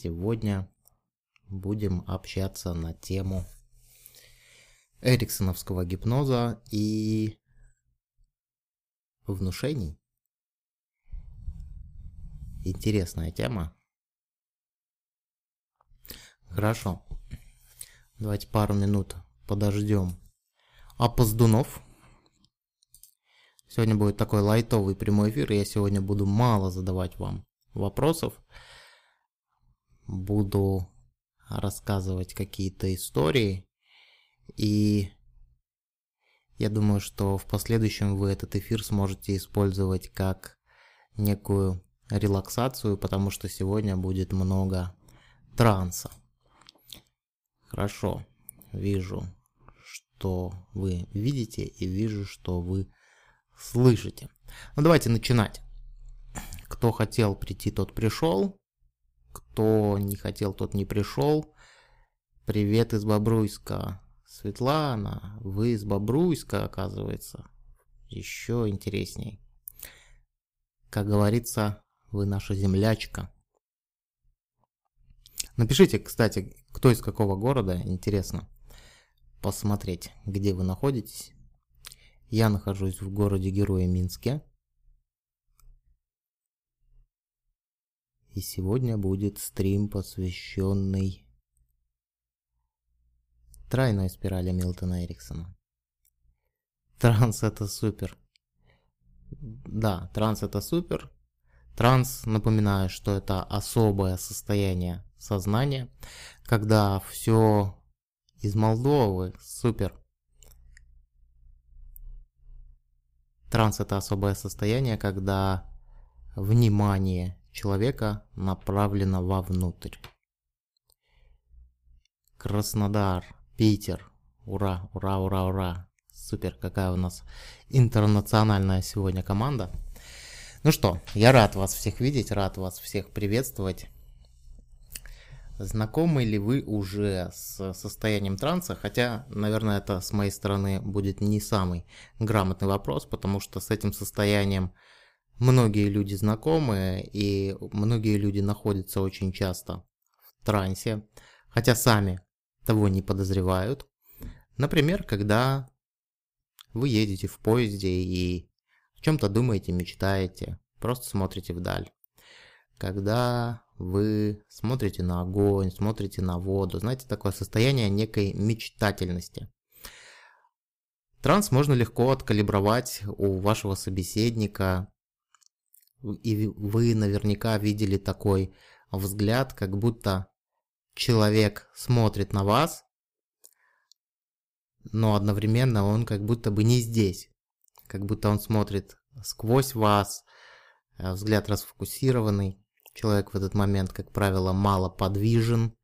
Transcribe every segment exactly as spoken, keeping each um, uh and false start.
Сегодня будем общаться на тему эриксоновского гипноза и внушений. Интересная тема. Хорошо. Давайте пару минут подождем опоздунов. Сегодня будет такой лайтовый прямой эфир, и я сегодня буду мало задавать вам вопросов. Буду рассказывать какие-то истории, и я думаю, что в последующем вы этот эфир сможете использовать как некую релаксацию, потому что сегодня будет много транса. Хорошо, вижу, что вы видите, и вижу, что вы слышите. Ну давайте начинать. Кто хотел прийти, тот пришел. Кто не хотел, тот не пришел. Привет из Бобруйска. Светлана, вы из Бобруйска, оказывается. Еще интересней. Как говорится, вы наша землячка. Напишите, кстати, кто из какого города, интересно посмотреть, где вы находитесь. Я нахожусь в городе-герое Минске. И сегодня будет стрим, посвященный тройной спирали Милтона Эриксона. Транс это супер. Да, транс это супер. Транс, напоминаю, что это особое состояние сознания, когда все из Молдовы, супер. Транс это особое состояние, когда внимание человека направлено вовнутрь. Краснодар, Питер, ура, ура, ура, ура. Супер, какая у нас интернациональная сегодня команда. Ну что, я рад вас всех видеть, рад вас всех приветствовать. Знакомы ли вы уже с состоянием транса? Хотя, наверное, это с моей стороны будет не самый грамотный вопрос, потому что с этим состоянием многие люди знакомы, и многие люди находятся очень часто в трансе, хотя сами того не подозревают. Например, когда вы едете в поезде и о чем-то думаете, мечтаете, просто смотрите вдаль. Когда вы смотрите на огонь, смотрите на воду, знаете, такое состояние некой мечтательности. Транс можно легко откалибровать у вашего собеседника. И вы наверняка видели такой взгляд, как будто человек смотрит на вас, но одновременно он как будто бы не здесь. Как будто он смотрит сквозь вас, взгляд расфокусированный. Человек в этот момент, как правило, мало подвижен.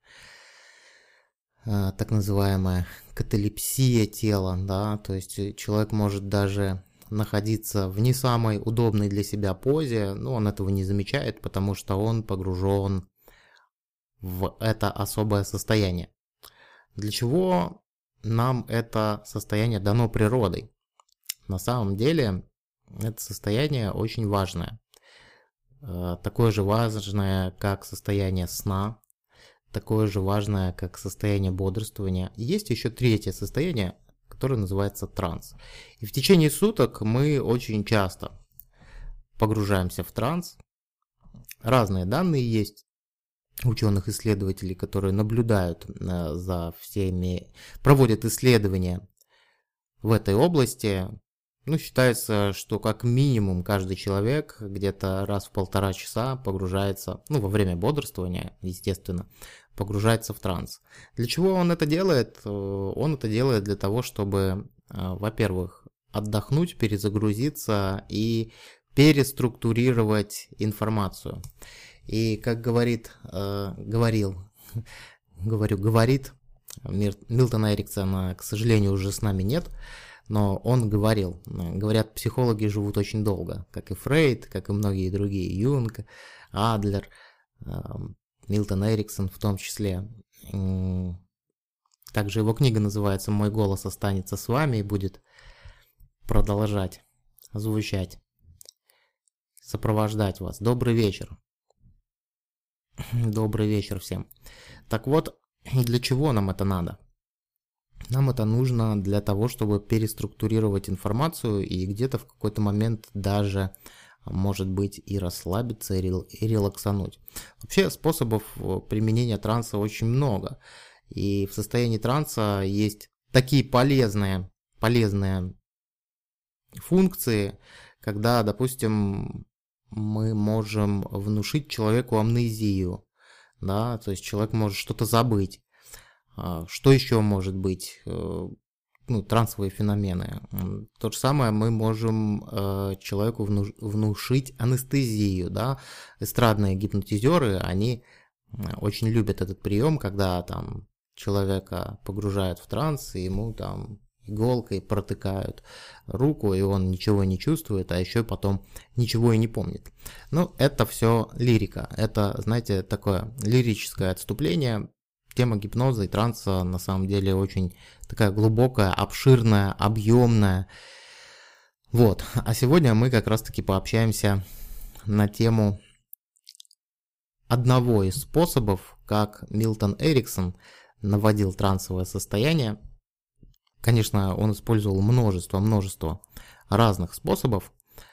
Так называемая каталепсия тела, да, то есть человек может даже находиться в не самой удобной для себя позе, но он этого не замечает, потому что он погружен в это особое состояние. Для чего нам это состояние дано природой? На самом деле это состояние очень важное. Такое же важное, как состояние сна, такое же важное, как состояние бодрствования. Есть еще третье состояние, который называется транс. И в течение суток мы очень часто погружаемся в транс. Разные данные есть ученых-исследователей, которые наблюдают за всеми, проводят исследования в этой области. Ну, считается, что как минимум каждый человек где-то раз в полтора часа погружается, ну, во время бодрствования, естественно, погружается в транс. Для чего он это делает? Он это делает для того, чтобы, во-первых, отдохнуть, перезагрузиться и переструктурировать информацию. И как говорит, говорил, говорю, говорит, Милтона Эриксона, к сожалению, уже с нами нет, но он говорил, говорят, психологи живут очень долго, как и Фрейд, как и многие другие, Юнг, Адлер, Милтон Эриксон в том числе. Также его книга называется «Мой голос останется с вами» и будет продолжать звучать, сопровождать вас. Добрый вечер. Добрый вечер всем. Так вот, для чего нам это надо? Нам это нужно для того, чтобы переструктурировать информацию и где-то в какой-то момент даже, может быть, и расслабиться, и рел- и релаксануть. Вообще способов э, применения транса очень много. И в состоянии транса есть такие полезные, полезные функции, когда, допустим, мы можем внушить человеку амнезию, да, то есть человек может что-то забыть. А, Что еще может быть? Э, Ну, трансовые феномены. М, То же самое мы можем э, человеку вну- внушить анестезию, да. Эстрадные гипнотизеры, они э, очень любят этот прием, когда там человека погружают в транс, и ему там иголкой протыкают руку, и он ничего не чувствует, а еще потом ничего и не помнит. Ну, это все лирика. Это, знаете, такое лирическое отступление. Тема гипноза и транса на самом деле очень такая глубокая, обширная, объемная. Вот. А сегодня мы как раз-таки пообщаемся на тему одного из способов, как Милтон Эриксон наводил трансовое состояние. Конечно, он использовал множество-множество разных способов.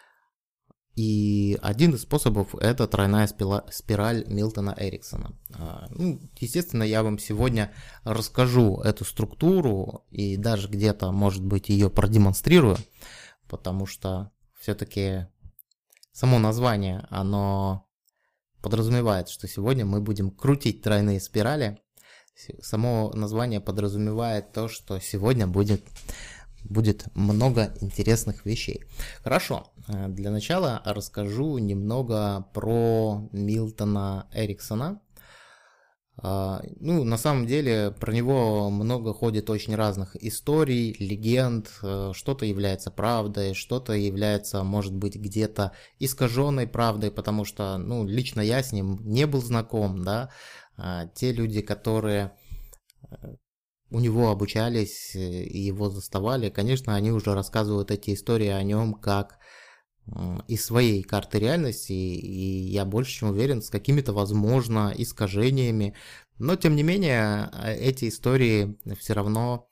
И один из способов – это тройная спираль Милтона Эриксона. А, Ну, естественно, я вам сегодня расскажу эту структуру и даже где-то, может быть, ее продемонстрирую, потому что все-таки само название, оно подразумевает, что сегодня мы будем крутить тройные спирали. Само название подразумевает то, что сегодня будет будет много интересных вещей. Хорошо, для начала расскажу немного про Милтона Эриксона. Ну, на самом деле, про него много ходит очень разных историй, легенд, что-то является правдой, что-то является, может быть, где-то искаженной правдой, потому что, ну, лично я с ним не был знаком, да, те люди, которые у него обучались и его заставали, конечно, они уже рассказывают эти истории о нем как из своей карты реальности, и я больше чем уверен, с какими-то, возможно, искажениями, но, тем не менее, эти истории все равно,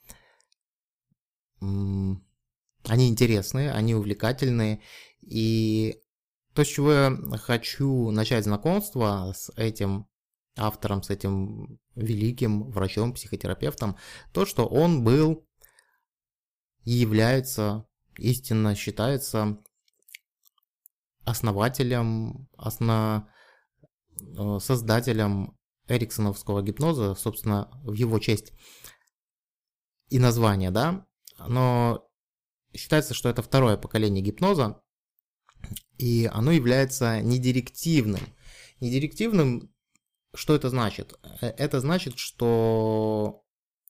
они интересные, они увлекательные, и то, с чего я хочу начать знакомство с этим автором, с этим великим врачом, психотерапевтом, то, что он был и является, истинно считается основателем, основ... создателем эриксоновского гипноза, собственно, в его честь и название, да, но считается, что это второе поколение гипноза, и оно является недирективным. Недирективным Что это значит? Это значит, что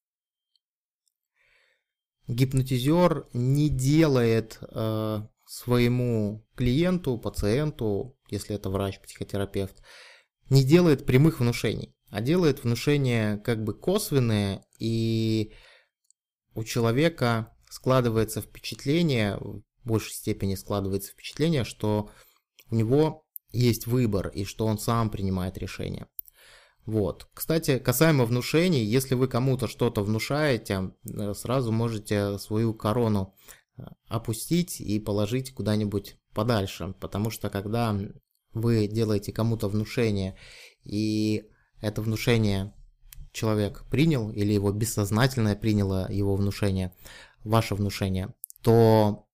гипнотизер не делает э, своему клиенту, пациенту, если это врач-психотерапевт, не делает прямых внушений, а делает внушения как бы косвенные, и у человека складывается впечатление, в большей степени складывается впечатление, что у него есть выбор и что он сам принимает решение. Вот. Кстати, касаемо внушений, если вы кому-то что-то внушаете, сразу можете свою корону опустить и положить куда-нибудь подальше, потому что когда вы делаете кому-то внушение, и это внушение человек принял, или его бессознательное приняло его внушение, ваше внушение, то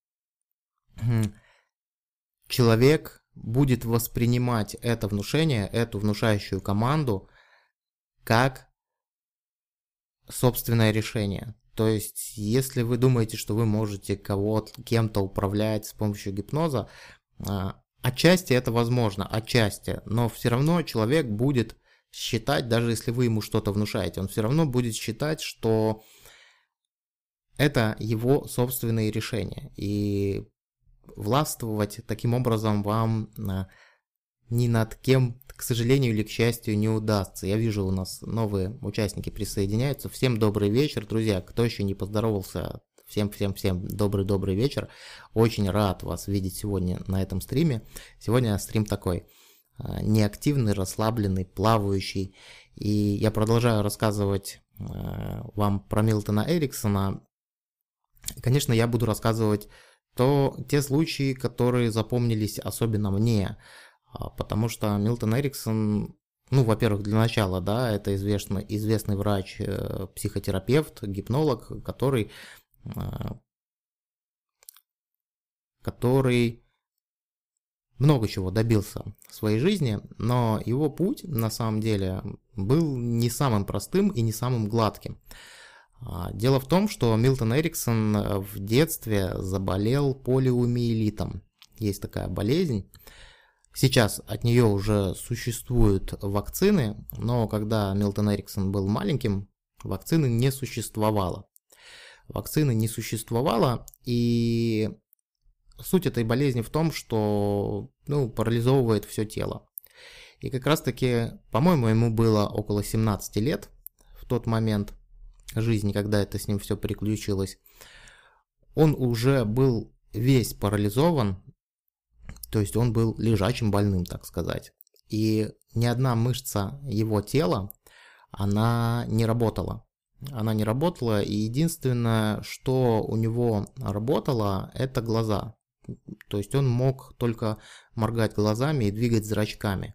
человек будет воспринимать это внушение, эту внушающую команду, как собственное решение. То есть, если вы думаете, что вы можете кого-то, кем-то управлять с помощью гипноза, отчасти это возможно, отчасти, но все равно человек будет считать, даже если вы ему что-то внушаете, он все равно будет считать, что это его собственные решения. И властвовать таким образом вам ни над кем, к сожалению или к счастью, не удастся. Я вижу, у нас новые участники присоединяются. Всем добрый вечер, друзья. Кто еще не поздоровался, всем-всем-всем добрый-добрый вечер. Очень рад вас видеть сегодня на этом стриме. Сегодня стрим такой. неактивный, расслабленный, плавающий. И я продолжаю рассказывать вам про Милтона Эриксона. Конечно, я буду рассказывать то, те случаи, которые запомнились особенно мне, потому что Милтон Эриксон, ну, во-первых, для начала, да, это известный, известный врач, психотерапевт, гипнолог, который, который много чего добился в своей жизни, но его путь на самом деле был не самым простым и не самым гладким. Дело в том, что Милтон Эриксон в детстве заболел полиомиелитом. Есть такая болезнь. Сейчас от нее уже существуют вакцины, но когда Милтон Эриксон был маленьким, вакцины не существовало. Вакцины не существовало, и суть этой болезни в том, что, ну, парализовывает все тело. И как раз таки, по-моему, ему было около семнадцати лет в тот момент жизни, когда это с ним все приключилось. Он уже был весь парализован, то есть он был лежачим больным, так сказать. И ни одна мышца его тела, она не работала. Она не работала, и единственное, что у него работало, это глаза. То есть он мог только моргать глазами и двигать зрачками.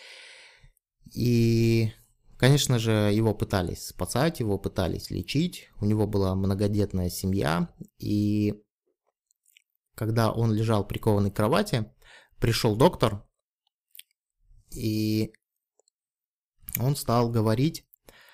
И, конечно же, его пытались спасать, его пытались лечить. У него была многодетная семья. И когда он лежал прикованный к кровати, пришел доктор, и он стал говорить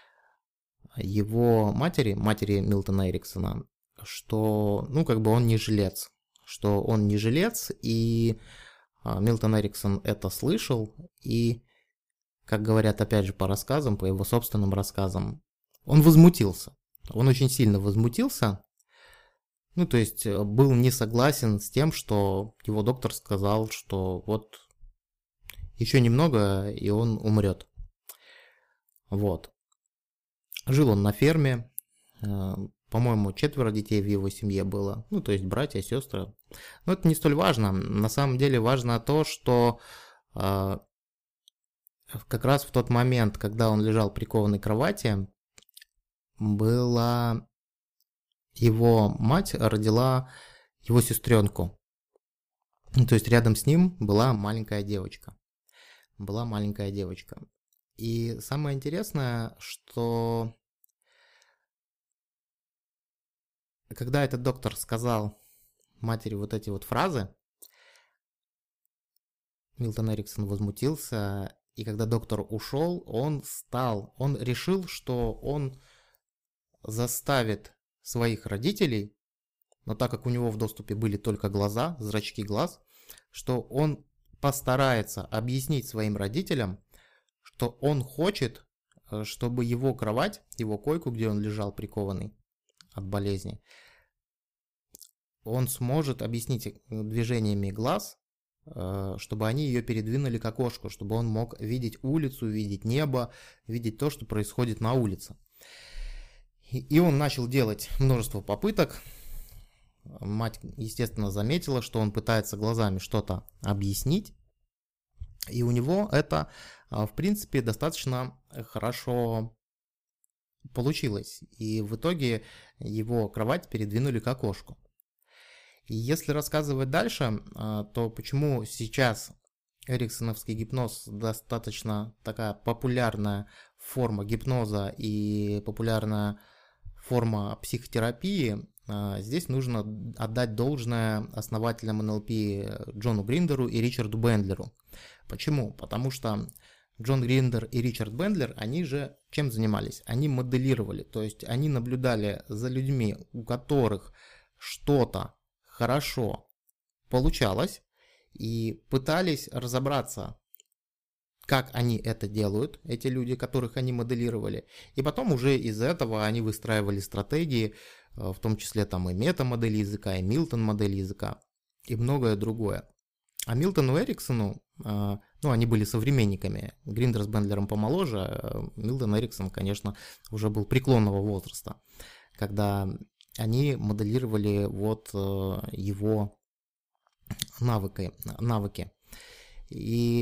его матери, матери Милтона Эриксона, что, ну, как бы он не жилец. что он не жилец, и Милтон Эриксон это слышал, и, как говорят опять же по рассказам, по его собственным рассказам, он возмутился. Он очень сильно возмутился, ну, то есть был не согласен с тем, что его доктор сказал, что вот еще немного, и он умрет. Вот. Жил он на ферме, по-моему, четверо детей в его семье было, ну, то есть братья, сестры. Но это не столь важно. На самом деле важно то, что э, как раз в тот момент, когда он лежал прикованный к кровати, была его мать родила его сестренку. То есть рядом с ним была маленькая девочка. Была маленькая девочка. И самое интересное, что когда этот доктор сказал матери вот эти вот фразы, Милтон Эриксон возмутился, и когда доктор ушел, он стал, он решил, что он заставит своих родителей, но так как у него в доступе были только глаза, зрачки глаз, что он постарается объяснить своим родителям, что он хочет, чтобы его кровать, его койку, где он лежал прикованный от болезни, он сможет объяснить движениями глаз, чтобы они ее передвинули к окошку, чтобы он мог видеть улицу, видеть небо, видеть то, что происходит на улице. И он начал делать множество попыток. Мать, естественно, заметила, что он пытается глазами что-то объяснить. И у него это, в принципе, достаточно хорошо получилось. И в итоге его кровать передвинули к окошку. И если рассказывать дальше, то почему сейчас эриксоновский гипноз достаточно такая популярная форма гипноза и популярная форма психотерапии, здесь нужно отдать должное основателям эн эл пи Джону Гриндеру и Ричарду Бендлеру. Почему? Потому что Джон Гриндер и Ричард Бендлер, они же чем занимались? Они моделировали, то есть они наблюдали за людьми, у которых что-то хорошо получалось, и пытались разобраться, как они это делают, эти люди, которых они моделировали. И потом уже из этого они выстраивали стратегии, в том числе там и мета-модель языка, и Милтон-модель языка, и многое другое. А Милтону Эриксону, ну, они были современниками. Гриндер с Бендлером помоложе, а Милтон Эриксон, конечно, уже был преклонного возраста, когда они моделировали вот его навыки. навыки. И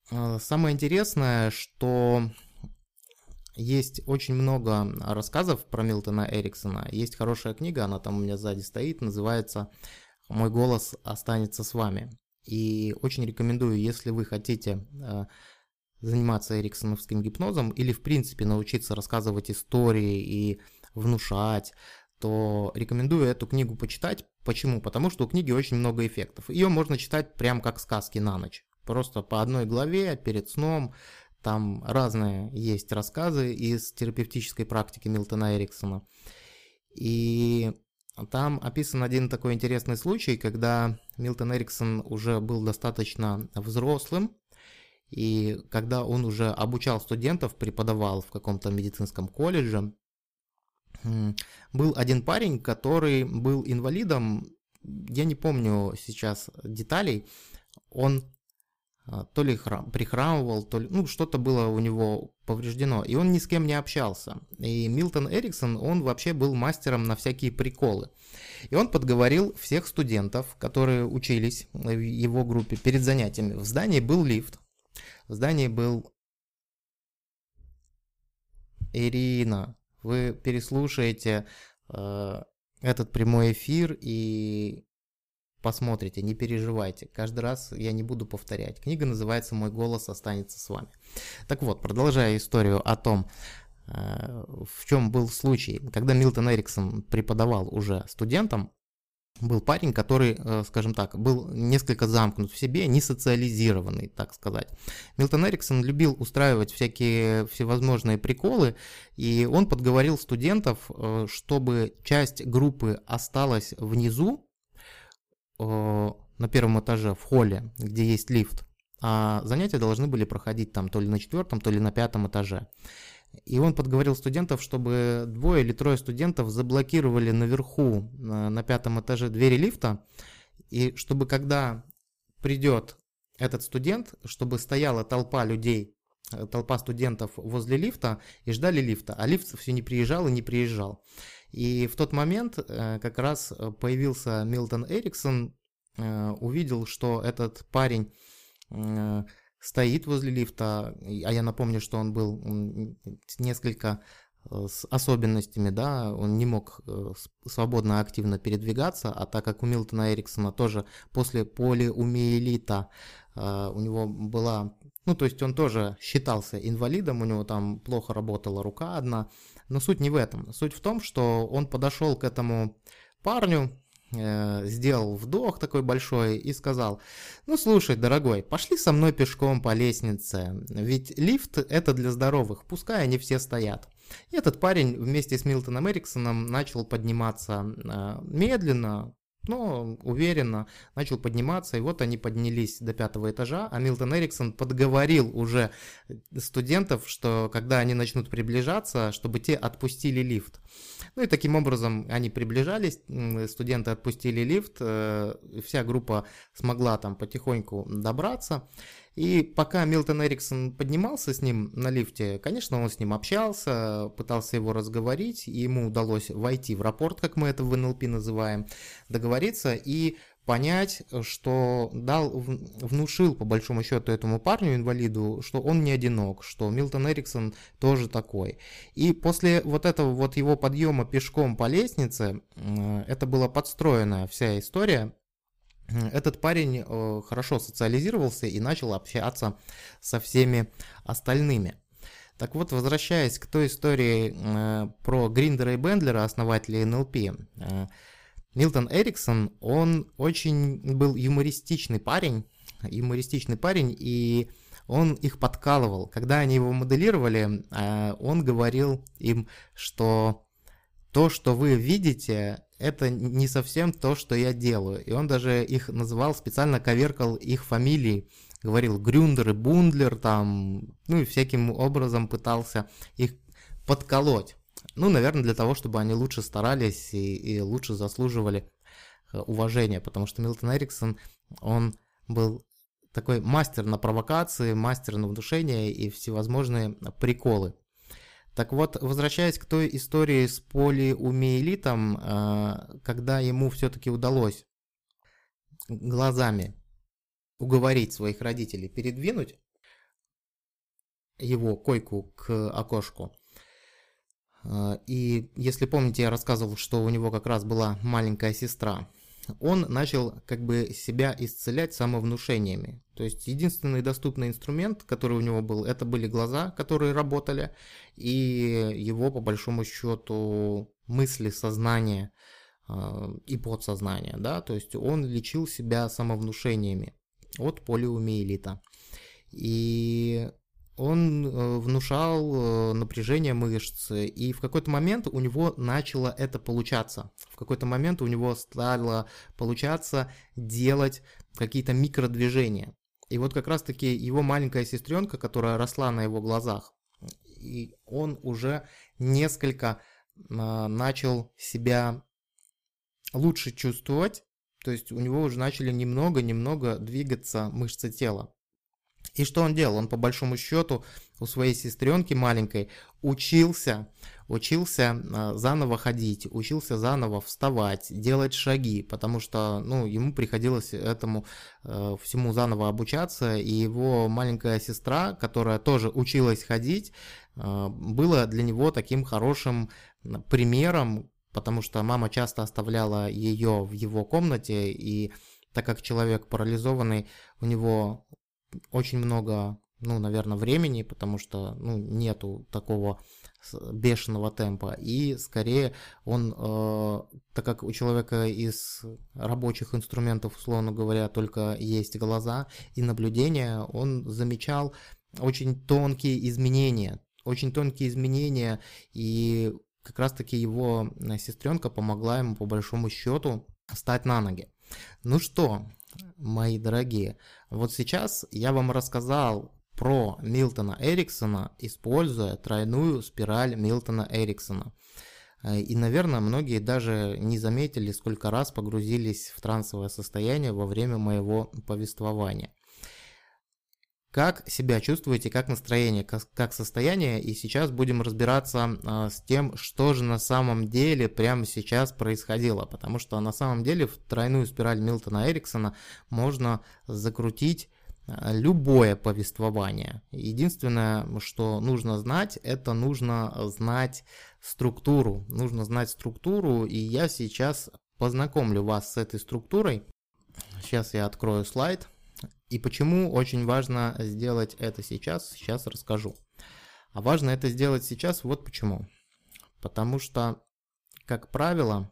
Э, Самое интересное, что есть очень много рассказов про Милтона Эриксона. Есть хорошая книга, она там у меня сзади стоит, называется «Мой голос останется с вами». И очень рекомендую, если вы хотите э, заниматься эриксоновским гипнозом или в принципе научиться рассказывать истории и внушать, то рекомендую эту книгу почитать. Почему? Потому что у книги очень много эффектов. Ее можно читать прям как сказки на ночь. Просто по одной главе перед сном. Там разные есть рассказы из терапевтической практики Милтона Эриксона. И там описан один такой интересный случай, когда Милтон Эриксон уже был достаточно взрослым, и когда он уже обучал студентов, преподавал в каком-то медицинском колледже, был один парень, который был инвалидом, я не помню сейчас деталей, он то ли храм, прихрамывал, то ли, ну, что-то было у него повреждено, и он ни с кем не общался. И Милтон Эриксон, он вообще был мастером на всякие приколы. И он подговорил всех студентов, которые учились в его группе перед занятиями. В здании был лифт, в здании был... Ирина, вы переслушаете э, этот прямой эфир и посмотрите, не переживайте. Каждый раз я не буду повторять. Книга называется «Мой голос останется с вами». Так вот, продолжая историю о том, э, в чем был случай, когда Милтон Эриксон преподавал уже студентам, был парень, который, э, скажем так, был несколько замкнут в себе, не социализированный, так сказать. Милтон Эриксон любил устраивать всякие всевозможные приколы, и он подговорил студентов, э, чтобы часть группы осталась внизу, на первом этаже в холле, где есть лифт, а занятия должны были проходить там то ли на четвертом, то ли на пятом этаже. И он подговорил студентов, чтобы двое или трое студентов заблокировали наверху на пятом этаже двери лифта, и чтобы когда придет этот студент, чтобы стояла толпа людей, толпа студентов возле лифта и ждали лифта, а лифт все не приезжал и не приезжал. И в тот момент как раз появился Милтон Эриксон, увидел, что этот парень стоит возле лифта, а я напомню, что он был несколько с особенностями, да, он не мог свободно, активно передвигаться, а так как у Милтона Эриксона тоже после полиомиелита у него была, ну, то есть он тоже считался инвалидом, у него там плохо работала рука одна, но суть не в этом. Суть в том, что он подошел к этому парню, э, сделал вдох такой большой и сказал: ну, слушай, дорогой, пошли со мной пешком по лестнице, ведь лифт это для здоровых, пускай они все стоят. И этот парень вместе с Милтоном Эриксоном начал подниматься э, медленно, но уверенно начал подниматься, и вот они поднялись до пятого этажа, а Милтон Эриксон подговорил уже студентов, что когда они начнут приближаться, чтобы те отпустили лифт. Ну и таким образом они приближались, студенты отпустили лифт, вся группа смогла там потихоньку добраться. И пока Милтон Эриксон поднимался с ним на лифте, конечно, он с ним общался, пытался его разговорить, и ему удалось войти в рапорт, как мы это в эн эл пи называем, договориться и понять, что дал, внушил по большому счету этому парню, инвалиду, что он не одинок, что Милтон Эриксон тоже такой. И после вот этого вот его подъема пешком по лестнице, это была подстроенная вся история, этот парень хорошо социализировался и начал общаться со всеми остальными. Так вот, возвращаясь к той истории про Гриндера и Бендлера, основателей эн эл пи, Милтон Эриксон, он очень был юмористичный парень, юмористичный парень, и он их подкалывал. Когда они его моделировали, он говорил им, что то, что вы видите, это не совсем то, что я делаю. И он даже их называл, специально коверкал их фамилии, говорил Грюндер и Бундлер, там, ну и всяким образом пытался их подколоть. Ну, наверное, для того, чтобы они лучше старались и, и лучше заслуживали уважения, потому что Милтон Эриксон, он был такой мастер на провокации, мастер на внушение и всевозможные приколы. Так вот, возвращаясь к той истории с полиомиелитом, когда ему все-таки удалось глазами уговорить своих родителей передвинуть его койку к окошку. И если помните, я рассказывал, что у него как раз была маленькая сестра. Он начал как бы себя исцелять самовнушениями. То есть единственный доступный инструмент, который у него был, это были глаза, которые работали, и его, по большому счету, мысли, сознание и подсознание. Да? То есть он лечил себя самовнушениями от полиомиелита. И он внушал напряжение мышц, и в какой-то момент у него начало это получаться. В какой-то момент у него стало получаться делать какие-то микродвижения. И вот как раз-таки его маленькая сестренка, которая росла на его глазах, и он уже несколько начал себя лучше чувствовать, то есть у него уже начали немного-немного двигаться мышцы тела. И что он делал? Он по большому счету у своей сестренки маленькой учился, учился заново ходить, учился заново вставать, делать шаги, потому что ну, ему приходилось этому э, всему заново обучаться, и его маленькая сестра, которая тоже училась ходить, э, была для него таким хорошим примером, потому что мама часто оставляла ее в его комнате, и так как человек парализованный, у него очень много, ну, наверное, времени, потому что, ну, нету такого бешеного темпа, и скорее он, э, так как у человека из рабочих инструментов, условно говоря, только есть глаза и наблюдение, он замечал очень тонкие изменения, очень тонкие изменения, и как раз-таки его сестренка помогла ему, по большому счету, встать на ноги. Ну что, мои дорогие, вот сейчас я вам рассказал про Милтона Эриксона, используя тройную спираль Милтона Эриксона. И, наверное, многие даже не заметили, сколько раз погрузились в трансовое состояние во время моего повествования. Как себя чувствуете, как настроение, как, как состояние, и сейчас будем разбираться а, с тем, что же на самом деле прямо сейчас происходило, потому что на самом деле в тройную спираль Милтона Эриксона можно закрутить а, любое повествование. Единственное, что нужно знать, это нужно знать структуру, нужно знать структуру, и я сейчас познакомлю вас с этой структурой. Сейчас я открою слайд. И почему очень важно сделать это сейчас, сейчас расскажу. А важно это сделать сейчас вот почему. Потому что, как правило,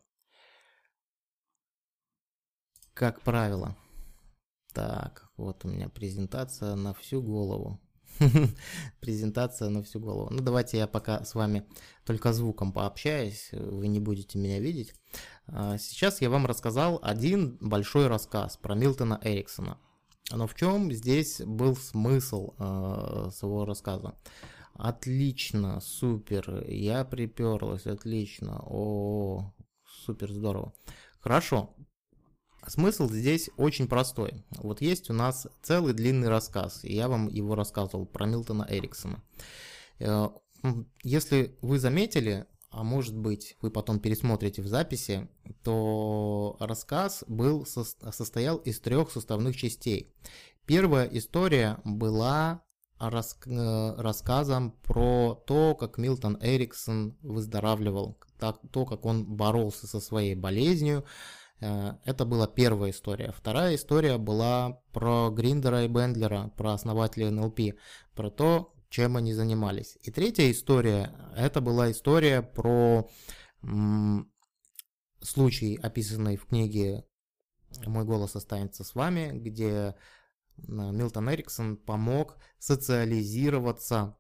как правило, так, вот у меня презентация на всю голову. Презентация на всю голову. Ну, давайте я пока с вами только звуком пообщаюсь, вы не будете меня видеть. Сейчас я вам рассказал один большой рассказ про Милтона Эриксона. Но в чем здесь был смысл э, своего рассказа? Отлично, супер, я приперлась, отлично, о, супер, здорово. Хорошо, смысл здесь очень простой. Вот есть у нас целый длинный рассказ, и я вам его рассказывал про Милтона Эриксона. Э, если вы заметили, а может быть вы потом пересмотрите в записи, то рассказ был, состоял из трех составных частей. Первая история была рас, рассказом про то, как Милтон Эриксон выздоравливал, так, то, как он боролся со своей болезнью. Это была первая история. Вторая история была про Гриндера и Бендлера, про основателей эн эл пи, про то, чем они занимались. И третья история, это была история про м, случай, описанный в книге «Мой голос останется с вами», где Милтон Эриксон помог социализироваться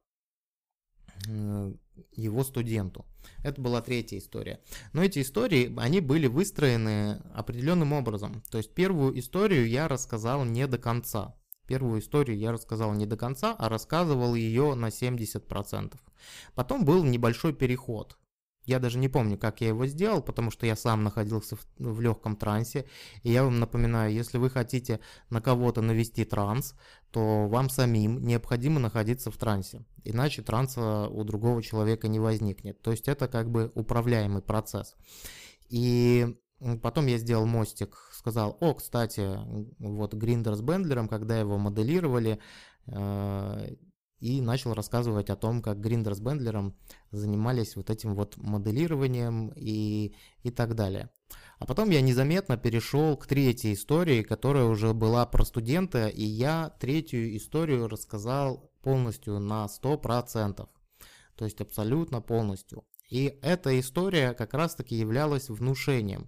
его студенту. Это была третья история. Но эти истории, они были выстроены определенным образом. То есть первую историю я рассказал не до конца. Первую историю я рассказал не до конца, а рассказывал ее на семьдесят процентов. Потом был небольшой переход. Я даже не помню, как я его сделал, потому что я сам находился в, в легком трансе. И я вам напоминаю, если вы хотите на кого-то навести транс, то вам самим необходимо находиться в трансе. Иначе транса у другого человека не возникнет. То есть это как бы управляемый процесс. И потом я сделал мостик, сказал, о, кстати, вот Гриндер с Бендлером, когда его моделировали, э, и начал рассказывать о том, как Гриндер с Бендлером занимались вот этим вот моделированием и, и так далее. А потом я незаметно перешел к третьей истории, которая уже была про студента, и я третью историю рассказал полностью на сто процентов. То есть абсолютно полностью. И эта история как раз-таки являлась внушением.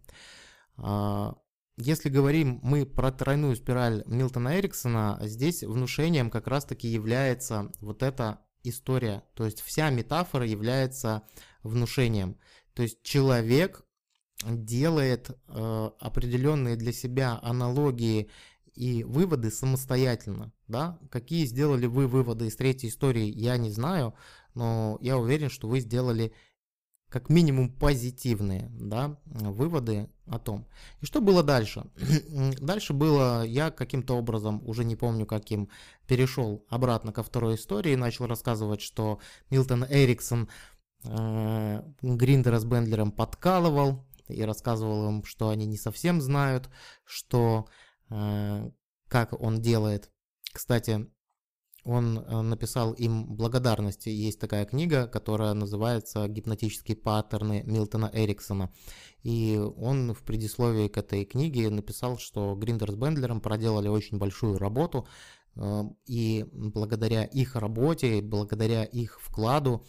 Если говорим мы про тройную спираль Милтона Эриксона, здесь внушением как раз-таки является вот эта история. То есть вся метафора является внушением. То есть человек делает э, определенные для себя аналогии и выводы самостоятельно. Да? Какие сделали вы выводы из третьей истории, я не знаю, но я уверен, что вы сделали как минимум позитивные, да, выводы о том. И что было дальше? Дальше было, я каким-то образом, уже не помню каким, перешел обратно ко второй истории и начал рассказывать, что Милтон Эриксон э, Гриндера с Бендлером подкалывал и рассказывал им, что они не совсем знают, что, э, как он делает. Кстати, он написал им благодарности. Есть такая книга, которая называется «Гипнотические паттерны Милтона Эриксона». И он в предисловии к этой книге написал, что Гриндер с Бендлером проделали очень большую работу, и благодаря их работе, благодаря их вкладу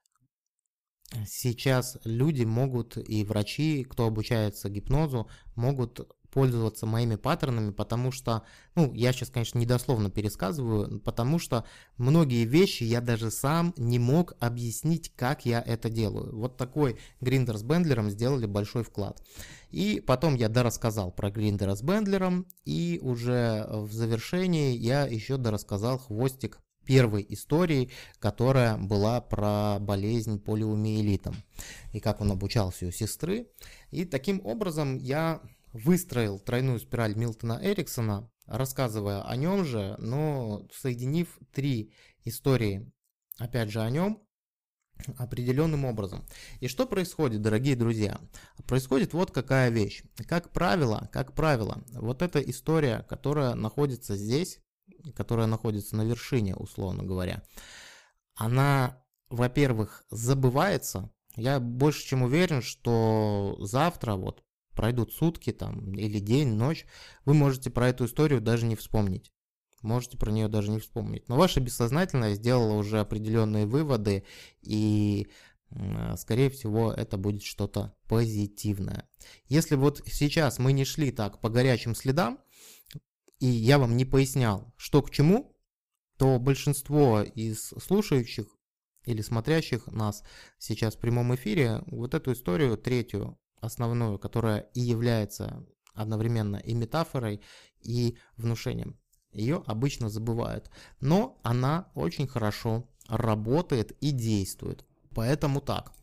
сейчас люди могут, и врачи, кто обучается гипнозу, могут пользоваться моими паттернами, потому что, ну, я сейчас, конечно, недословно пересказываю, потому что многие вещи я даже сам не мог объяснить, как я это делаю. Вот такой Гриндер с Бендлером сделали большой вклад. И потом я дорассказал про Гриндера с Бендлером, и уже в завершении я еще дорассказал хвостик первой истории, которая была про болезнь полиомиелитом, и как он обучался у сестры. И таким образом я выстроил тройную спираль Милтона Эриксона, рассказывая о нем же, но соединив три истории, опять же, о нем определенным образом. И что происходит, дорогие друзья? Происходит вот какая вещь. Как правило, как правило, вот эта история, которая находится здесь, которая находится на вершине, условно говоря, она, во-первых, забывается. Я больше чем уверен, что завтра, вот, пройдут сутки там, или день, ночь, вы можете про эту историю даже не вспомнить. Можете про нее даже не вспомнить. Но ваше бессознательное сделало уже определенные выводы, и, скорее всего, это будет что-то позитивное. Если вот сейчас мы не шли так по горячим следам, и я вам не пояснял, что к чему, то большинство из слушающих или смотрящих нас сейчас в прямом эфире вот эту историю, третью, основную, которая и является одновременно и метафорой, и внушением, ее обычно забывают. Но она очень хорошо работает и действует. Поэтому так.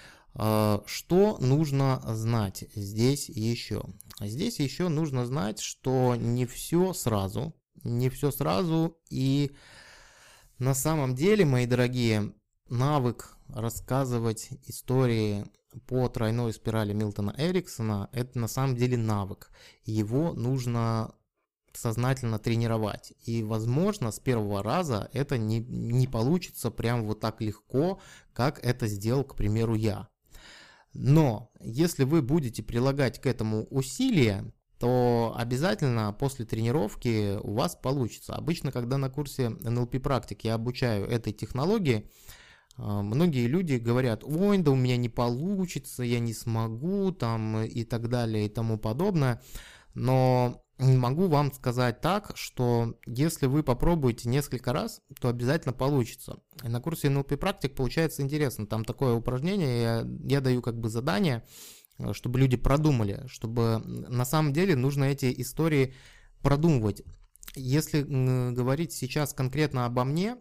Что нужно знать здесь еще? Здесь еще нужно знать, что не все сразу, не все сразу, и на самом деле, мои дорогие, навык рассказывать истории по тройной спирали Милтона Эриксона — это на самом деле навык. Его нужно сознательно тренировать. И, возможно, с первого раза это не, не получится прям вот так легко, как это сделал, к примеру, я. Но если вы будете прилагать к этому усилия, то обязательно после тренировки у вас получится. Обычно, когда на курсе эн эл пи практик я обучаю этой технологии, многие люди говорят: ой, да у меня не получится, я не смогу, там, и так далее, и тому подобное. Но могу вам сказать так, что если вы попробуете несколько раз, то обязательно получится. И на курсе эн эл пи практик получается интересно. Там такое упражнение, я, я даю как бы задание, чтобы люди продумали, чтобы на самом деле нужно эти истории продумывать. Если говорить сейчас конкретно обо мне,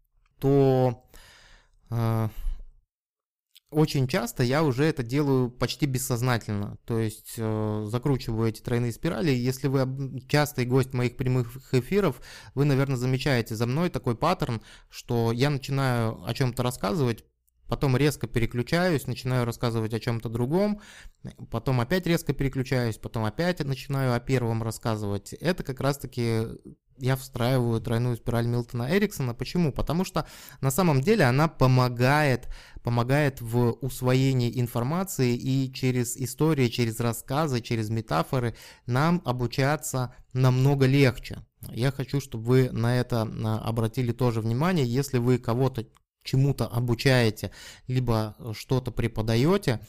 то э, очень часто я уже это делаю почти бессознательно, то есть э, закручиваю эти тройные спирали. Если вы частый гость моих прямых эфиров, вы, наверное, замечаете за мной такой паттерн, что я начинаю о чем-то рассказывать, потом резко переключаюсь, начинаю рассказывать о чем-то другом, потом опять резко переключаюсь, потом опять начинаю о первом рассказывать. Это как раз-таки я встраиваю тройную спираль Милтона Эриксона. Почему? Потому что на самом деле она помогает, помогает в усвоении информации, и через истории, через рассказы, через метафоры нам обучаться намного легче. Я хочу, чтобы вы на это обратили тоже внимание. Если вы кого-то чему-то обучаете, либо что-то преподаете,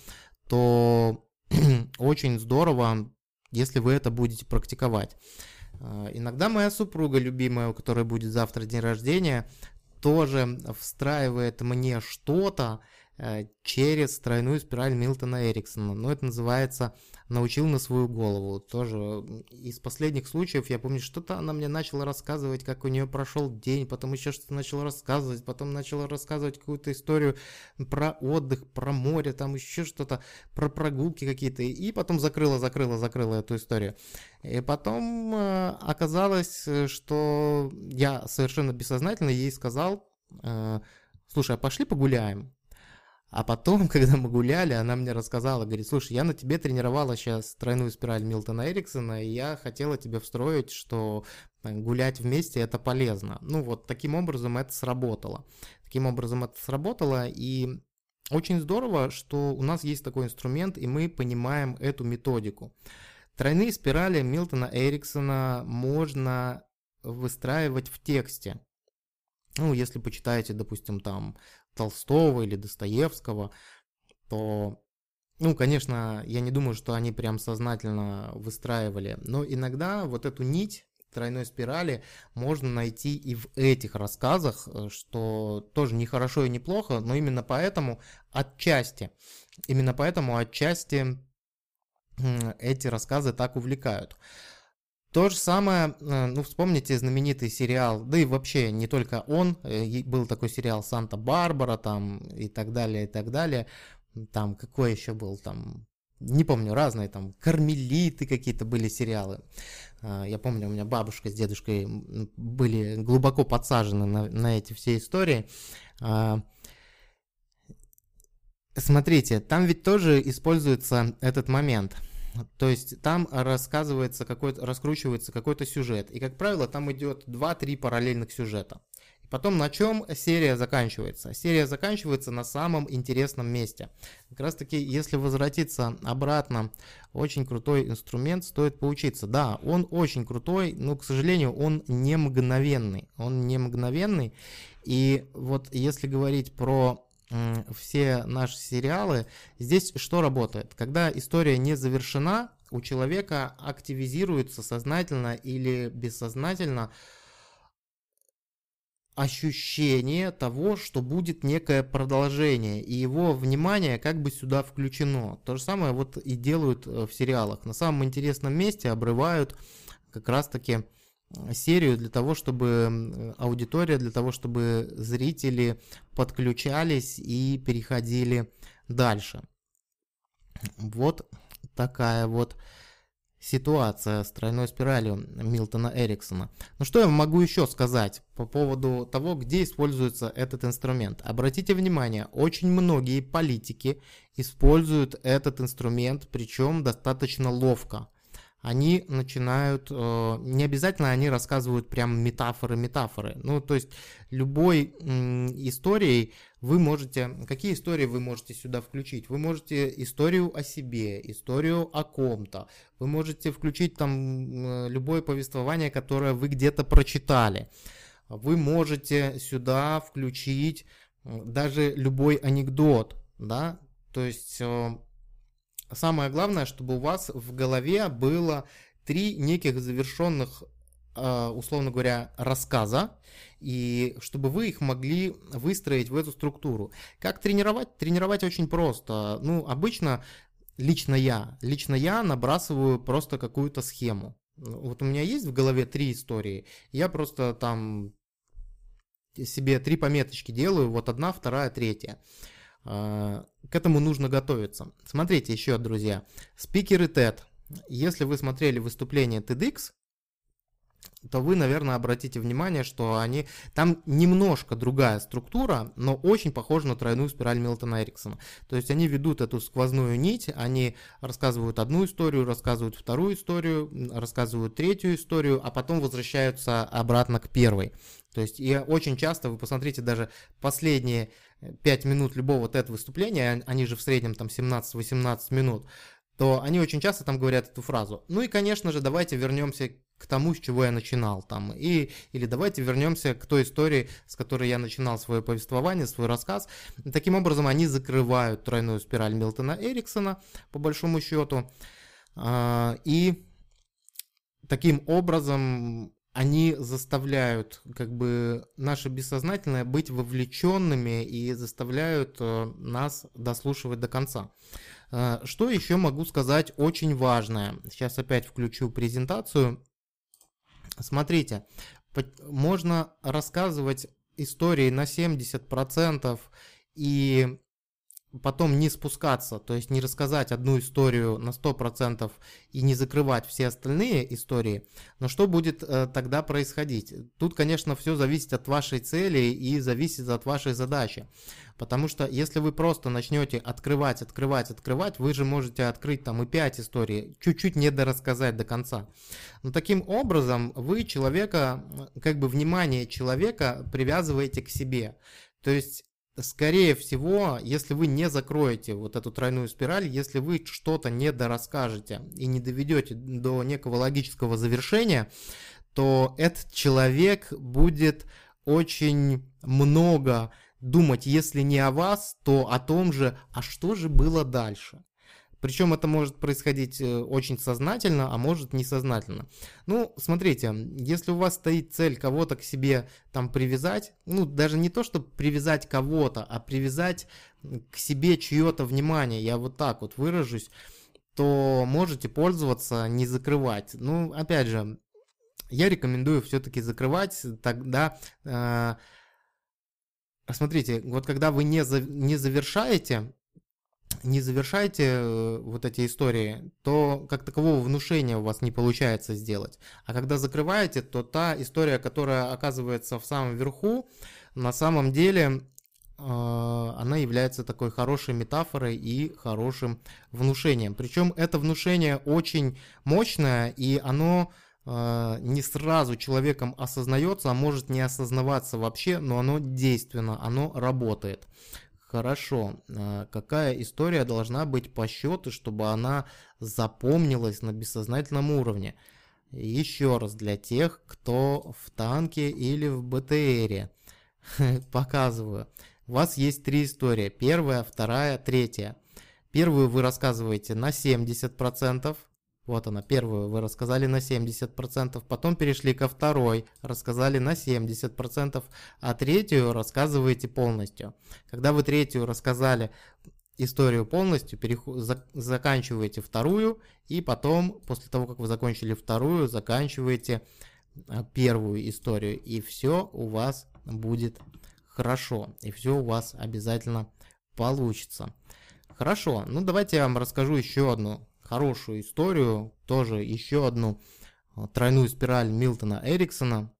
то очень здорово, если вы это будете практиковать. Иногда моя супруга любимая, у которой будет завтра день рождения, тоже встраивает мне что-то через тройную спираль Милтона Эриксона. Но это называется «научил на свою голову». Тоже из последних случаев я помню, что-то она мне начала рассказывать, как у нее прошел день, потом еще что-то начала рассказывать, потом начала рассказывать какую-то историю про отдых, про море, там еще что-то, про прогулки какие-то, и потом закрыла, закрыла, закрыла эту историю. И потом оказалось, что я совершенно бессознательно ей сказал: слушай, а пошли погуляем. А потом, когда мы гуляли, она мне рассказала, говорит: слушай, я на тебе тренировала сейчас тройную спираль Милтона Эриксона, и я хотела тебе встроить, что гулять вместе это полезно. Ну вот таким образом это сработало. Таким образом это сработало, и очень здорово, что у нас есть такой инструмент, и мы понимаем эту методику. Тройные спирали Милтона Эриксона можно выстраивать в тексте. Ну, если почитаете, допустим, там Толстого или Достоевского, то, ну, конечно, я не думаю, что они прям сознательно выстраивали, но иногда вот эту нить тройной спирали можно найти и в этих рассказах, что тоже не хорошо и не плохо, но именно поэтому отчасти, именно поэтому отчасти эти рассказы так увлекают. То же самое, ну, вспомните знаменитый сериал, да и вообще не только он, был такой сериал «Санта-Барбара», там, и так далее, и так далее, там, какой еще был, там, не помню, разные, там, «Кармелиты» какие-то были сериалы. Я помню, у меня бабушка с дедушкой были глубоко подсажены на, на эти все истории. Смотрите, там ведь тоже используется этот момент. То есть там рассказывается какой-то, раскручивается какой-то сюжет. И, как правило, там идет два-три параллельных сюжета. И потом на чем серия заканчивается? Серия заканчивается на самом интересном месте. Как раз таки, если возвратиться обратно, очень крутой инструмент, стоит поучиться. Да, он очень крутой, но, к сожалению, он не мгновенный. Он не мгновенный. И вот если говорить про все наши сериалы, здесь что работает? Когда история не завершена, у человека активизируется сознательно или бессознательно ощущение того, что будет некое продолжение, и его внимание как бы сюда включено. То же самое вот и делают в сериалах. На самом интересном месте обрывают как раз-таки серию для того, чтобы аудитория, для того, чтобы зрители подключались и переходили дальше. Вот такая вот ситуация с тройной спиралью Милтона Эриксона. Ну что я могу еще сказать по поводу того, где используется этот инструмент? Обратите внимание, очень многие политики используют этот инструмент, причем достаточно ловко. Они начинают, не обязательно они рассказывают прям метафоры-метафоры. Ну, то есть любой историей вы можете, какие истории вы можете сюда включить? Вы можете историю о себе, историю о ком-то. Вы можете включить там любое повествование, которое вы где-то прочитали. Вы можете сюда включить даже любой анекдот, да, то есть... Самое главное, чтобы у вас в голове было три неких завершенных, условно говоря, рассказа, и чтобы вы их могли выстроить в эту структуру. Как тренировать? Тренировать очень просто. Ну, обычно лично я, лично я набрасываю просто какую-то схему. Вот у меня есть в голове три истории, я просто там себе три пометочки делаю, вот одна, вторая, третья. К этому нужно готовиться. Смотрите еще, друзья, спикеры тед. Если вы смотрели выступление TEDx, то вы, наверное, обратите внимание, что они там немножко другая структура, но очень похожа на тройную спираль Милтона Эриксона. То есть они ведут эту сквозную нить, они рассказывают одну историю, рассказывают вторую историю, рассказывают третью историю, а потом возвращаются обратно к первой. То есть и очень часто, вы посмотрите, даже последние пять минут любого тет-выступления, они же в среднем там семнадцать-восемнадцать минут, то они очень часто там говорят эту фразу. Ну и, конечно же, давайте вернемся к тому, с чего я начинал там. И, или давайте вернемся к той истории, с которой я начинал свое повествование, свой рассказ. И таким образом, они закрывают тройную спираль Милтона Эриксона, по большому счету. И таким образом они заставляют как бы наше бессознательное быть вовлеченными и заставляют нас дослушивать до конца. Что еще могу сказать очень важное? Сейчас опять включу презентацию. Смотрите, можно рассказывать истории на семьдесят процентов и потом не спускаться, то есть не рассказать одну историю на сто процентов и не закрывать все остальные истории. Но что будет э, тогда происходить? Тут, конечно, все зависит от вашей цели и зависит от вашей задачи. Потому что если вы просто начнете открывать, открывать, открывать, вы же можете открыть там и пять историй, чуть-чуть не дорассказать до конца. Но таким образом вы человека, как бы внимание человека привязываете к себе. То есть скорее всего, если вы не закроете вот эту тройную спираль, если вы что-то не дорасскажете и не доведете до некого логического завершения, то этот человек будет очень много думать, если не о вас, то о том же, а что же было дальше. Причем это может происходить очень сознательно, а может несознательно. Ну, смотрите, если у вас стоит цель кого-то к себе там привязать, ну, даже не то, чтобы привязать кого-то, а привязать к себе чье-то внимание, я вот так вот выражусь, то можете пользоваться, не закрывать. Ну, опять же, я рекомендую все-таки закрывать, тогда... Э, смотрите, вот когда вы не, за, не завершаете... не завершаете вот эти истории, то как такового внушения у вас не получается сделать. А когда закрываете, то та история, которая оказывается в самом верху, на самом деле она является такой хорошей метафорой и хорошим внушением. Причем это внушение очень мощное, и оно не сразу человеком осознается, а может не осознаваться вообще, но оно действенно, оно работает. Хорошо, какая история должна быть по счету, чтобы она запомнилась на бессознательном уровне? Еще раз, для тех, кто в танке или в БТРе, показываю. У вас есть три истории. Первая, вторая, третья. Первую вы рассказываете на семьдесят процентов. Вот она, первую вы рассказали на семьдесят процентов, потом перешли ко второй, рассказали на семьдесят процентов, а третью рассказываете полностью. Когда вы третью рассказали историю полностью, переход, за, заканчиваете вторую, и потом, после того, как вы закончили вторую, заканчиваете первую историю, и все у вас будет хорошо, и все у вас обязательно получится. Хорошо, ну давайте я вам расскажу еще одну хорошую историю, тоже еще одну тройную спираль Милтона Эриксона,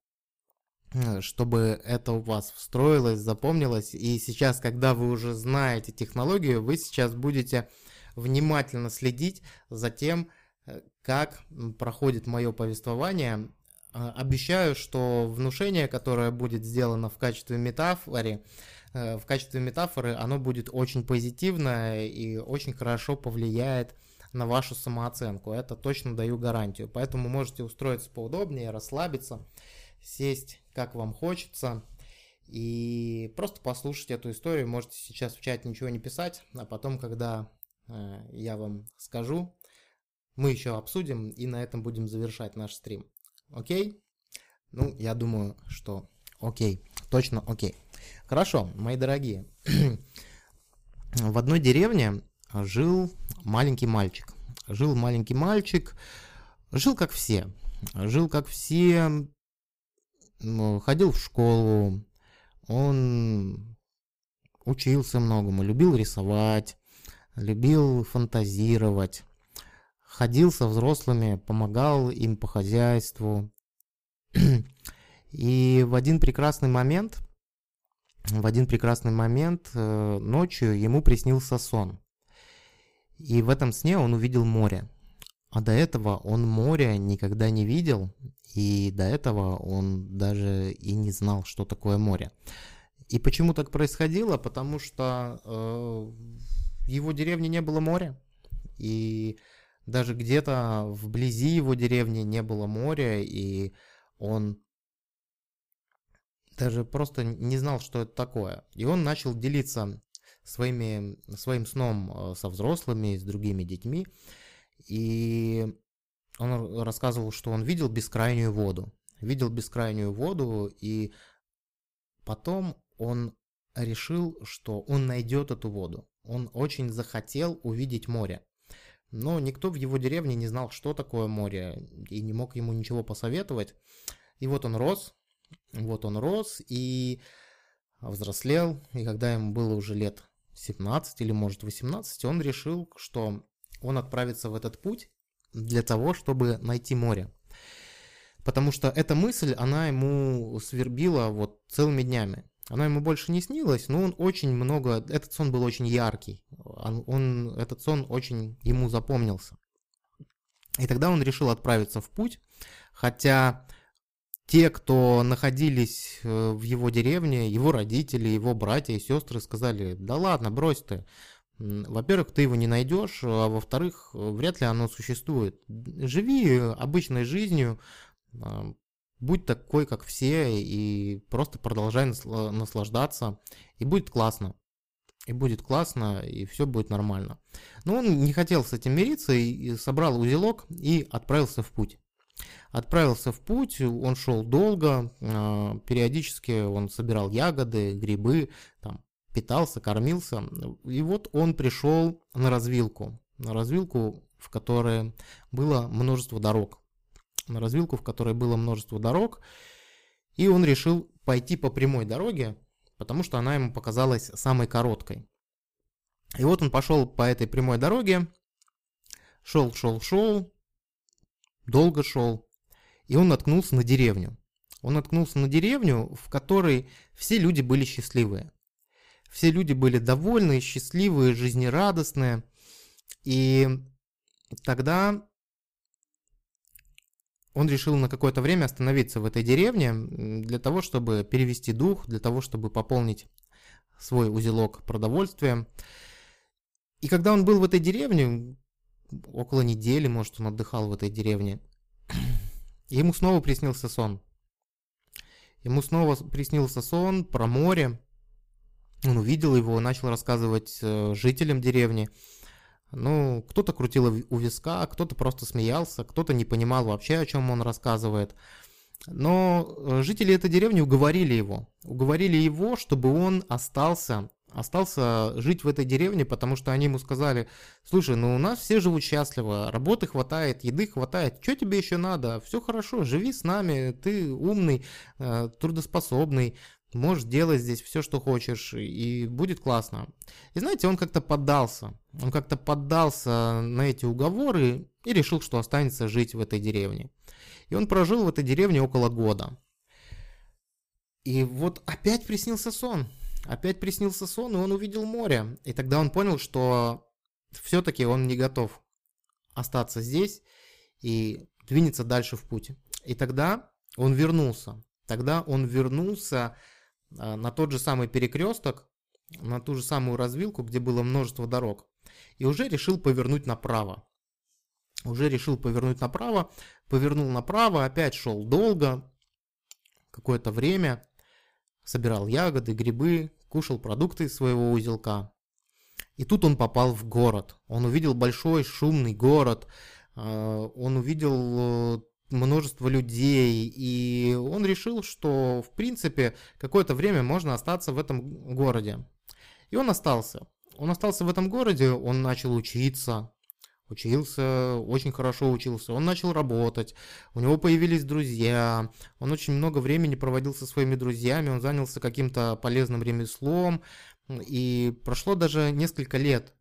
чтобы это у вас встроилось, запомнилось. И сейчас, когда вы уже знаете технологию, вы сейчас будете внимательно следить за тем, как проходит мое повествование. Обещаю, что внушение, которое будет сделано в качестве метафоры, в качестве метафоры, оно будет очень позитивное и очень хорошо повлияет на вашу самооценку. Это точно даю гарантию. Поэтому можете устроиться поудобнее, расслабиться, сесть как вам хочется и просто послушать эту историю. Можете сейчас в чате ничего не писать, а потом, когда э, я вам скажу, мы еще обсудим и на этом будем завершать наш стрим. Окей? Ну, я думаю, что окей. Точно окей. Хорошо, мои дорогие. В одной деревне жил маленький мальчик. Жил маленький мальчик, жил как все. Жил как все, ходил в школу, он учился многому, любил рисовать, любил фантазировать, ходил со взрослыми, помогал им по хозяйству, И в один прекрасный момент, в один прекрасный момент э, ночью ему приснился сон. И в этом сне он увидел море. А до этого он моря никогда не видел, и до этого он даже и не знал, что такое море. И почему так происходило? Потому что э, в его деревне не было моря, и даже где-то вблизи его деревни не было моря, и он даже просто не знал, что это такое. И он начал делиться своими, своим сном со взрослыми, с другими детьми. И он рассказывал, что он видел бескрайнюю воду. Видел бескрайнюю воду, и потом он решил, что он найдет эту воду. Он очень захотел увидеть море. Но никто в его деревне не знал, что такое море, и не мог ему ничего посоветовать. И вот он рос, вот он рос и взрослел, и когда ему было уже лет семнадцать или может восемнадцать, он решил, что он отправится в этот путь для того, чтобы найти море. Потому что эта мысль, она ему свербила вот целыми днями. Она ему больше не снилась, но он очень много... Этот сон был очень яркий. Он, он, этот сон очень ему запомнился. И тогда он решил отправиться в путь, хотя те, кто находились в его деревне, его родители, его братья и сестры сказали: да ладно, брось ты. Во-первых, ты его не найдешь, а во-вторых, вряд ли оно существует. Живи обычной жизнью, будь такой, как все, и просто продолжай наслаждаться, и будет классно. И будет классно, и все будет нормально. Но он не хотел с этим мириться, и собрал узелок и отправился в путь. Отправился в путь, он шел долго, периодически он собирал ягоды, грибы, там, питался, кормился. И вот он пришел на развилку, на развилку, в которой было множество дорог. На развилку, в которой было множество дорог, и он решил пойти по прямой дороге, потому что она ему показалась самой короткой. И вот он пошел по этой прямой дороге, шел, шел, шел, долго шел, и он наткнулся на деревню. Он наткнулся на деревню, в которой все люди были счастливые. Все люди были довольны, счастливые, жизнерадостные. И тогда он решил на какое-то время остановиться в этой деревне для того, чтобы перевести дух, для того, чтобы пополнить свой узелок продовольствия. И когда он был в этой деревне, около недели, может, он отдыхал в этой деревне, ему снова приснился сон. Ему снова приснился сон про море. Он увидел его, начал рассказывать жителям деревни. Ну, кто-то крутил у виска, кто-то просто смеялся, кто-то не понимал вообще, о чем он рассказывает. Но жители этой деревни уговорили его. Уговорили его, чтобы он остался, остался жить в этой деревне, потому что они ему сказали: слушай, ну у нас все живут счастливо, работы хватает, еды хватает, что тебе еще надо? Все хорошо, живи с нами, ты умный, трудоспособный. Можешь делать здесь все, что хочешь, и будет классно. И знаете, он как-то поддался. Он как-то поддался на эти уговоры и решил, что останется жить в этой деревне. И он прожил в этой деревне около года. И вот опять приснился сон. Опять приснился сон, и он увидел море. И тогда он понял, что все-таки он не готов остаться здесь и двинется дальше в путь. И тогда он вернулся. Тогда он вернулся на тот же самый перекресток, на ту же самую развилку, где было множество дорог, и уже решил повернуть направо. Уже решил повернуть направо, повернул направо, опять шел долго, какое-то время, собирал ягоды, грибы, кушал продукты из своего узелка. И тут он попал в город. Он увидел большой шумный город, он увидел множество людей, и он решил, что в принципе какое-то время можно остаться в этом городе. И он остался. Он остался в этом городе, он начал учиться, учился, очень хорошо учился, он начал работать, у него появились друзья, он очень много времени проводил со своими друзьями, он занялся каким-то полезным ремеслом, и прошло даже несколько лет.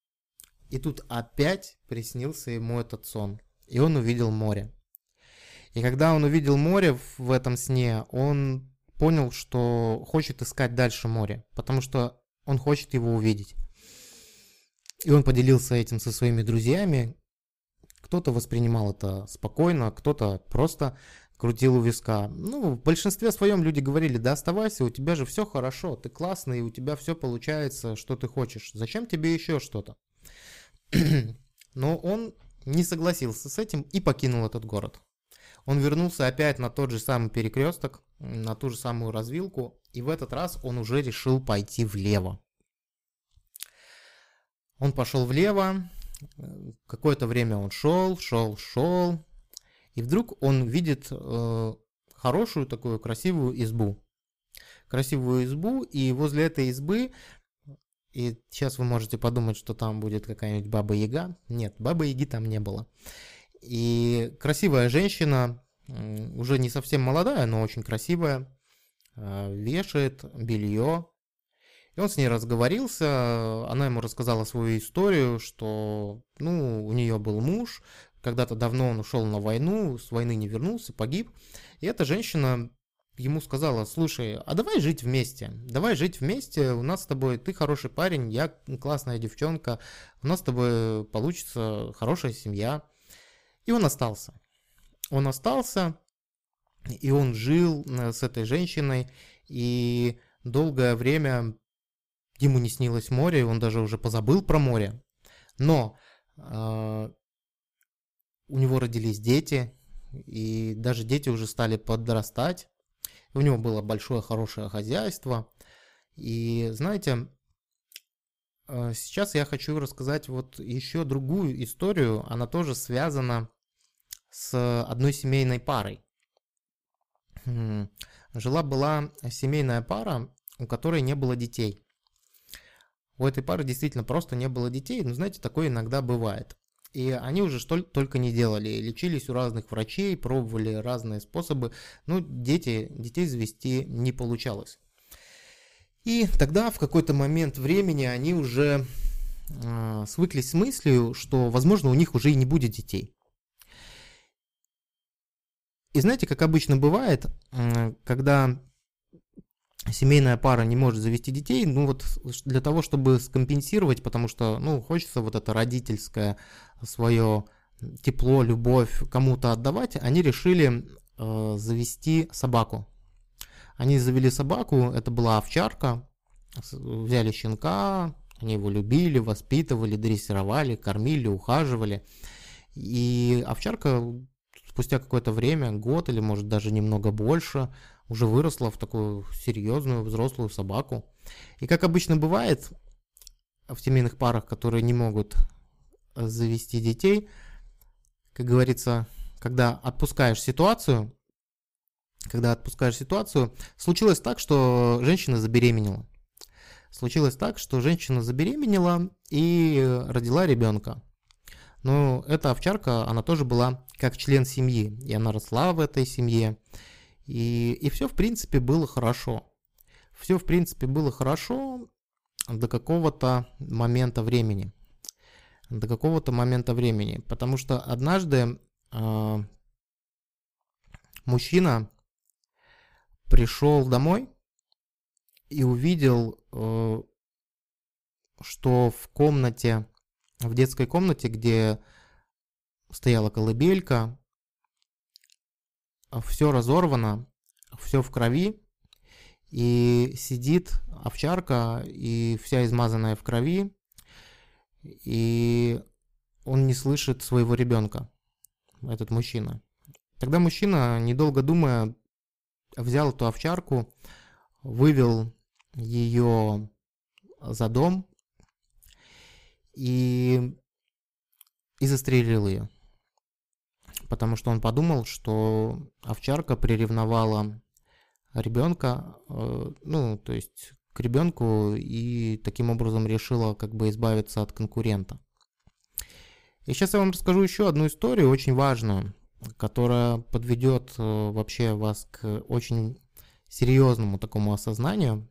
И тут опять приснился ему этот сон, и он увидел море. И когда он увидел море в этом сне, он понял, что хочет искать дальше море, потому что он хочет его увидеть. И он поделился этим со своими друзьями. Кто-то воспринимал это спокойно, кто-то просто крутил у виска. Ну, в большинстве своем люди говорили: да оставайся, у тебя же все хорошо, ты классный, у тебя все получается, что ты хочешь. Зачем тебе еще что-то? Но он не согласился с этим и покинул этот город. Он вернулся опять на тот же самый перекресток, на ту же самую развилку, и в этот раз он уже решил пойти влево. Он пошел влево, какое-то время он шел, шел, шел, и вдруг он видит э, хорошую такую красивую избу. Красивую избу, и возле этой избы, и сейчас вы можете подумать, что там будет какая-нибудь Баба-Яга. Нет, Бабы-Яги там не было. И красивая женщина, уже не совсем молодая, но очень красивая, вешает белье. И он с ней разговорился, она ему рассказала свою историю, что, ну, у нее был муж, когда-то давно он ушел на войну, с войны не вернулся, погиб. И эта женщина ему сказала: слушай, а давай жить вместе, давай жить вместе, у нас с тобой, ты хороший парень, я классная девчонка, у нас с тобой получится хорошая семья. И он остался. Он остался, и он жил с этой женщиной, и долгое время ему не снилось море, он даже уже позабыл про море. Но э, у него родились дети, и даже дети уже стали подрастать. У него было большое хорошее хозяйство. И знаете, сейчас я хочу рассказать вот еще другую историю. Она тоже связана с одной семейной парой. Жила-была семейная пара, у которой не было детей. У этой пары действительно просто не было детей. Но знаете, такое иногда бывает. И они уже что только не делали. Лечились у разных врачей, пробовали разные способы. Но дети, детей завести не получалось. И тогда в какой-то момент времени они уже э, свыклись с мыслью, что, возможно, у них уже и не будет детей. И знаете, как обычно бывает, э, когда семейная пара не может завести детей, ну вот для того, чтобы скомпенсировать, потому что, ну, хочется вот это родительское свое тепло, любовь кому-то отдавать, они решили э, завести собаку. Они завели собаку, это была овчарка, взяли щенка, они его любили, воспитывали, дрессировали, кормили, ухаживали. И овчарка спустя какое-то время, год или может даже немного больше, уже выросла в такую серьезную взрослую собаку. И как обычно бывает в семейных парах, которые не могут завести детей, как говорится, когда отпускаешь ситуацию, Когда отпускаешь ситуацию, случилось так, что женщина забеременела. Случилось так, что женщина забеременела и родила ребенка. Но эта овчарка, она тоже была как член семьи. И она росла в этой семье. И, и все, в принципе, было хорошо. Все, в принципе, было хорошо до какого-то момента времени. До какого-то момента времени. Потому что однажды э, мужчина пришел домой и увидел, что в комнате, в детской комнате, где стояла колыбелька, все разорвано, все в крови, и сидит овчарка, и вся измазанная в крови, и он не слышит своего ребенка, этот мужчина. Тогда мужчина, недолго думая, взял эту овчарку, вывел ее за дом и, и застрелил ее. Потому что он подумал, что овчарка приревновала ребенка, ну, то есть к ребенку, и таким образом решила как бы избавиться от конкурента. И сейчас я вам расскажу еще одну историю, очень важную, которая подведет вообще вас к очень серьезному такому осознанию.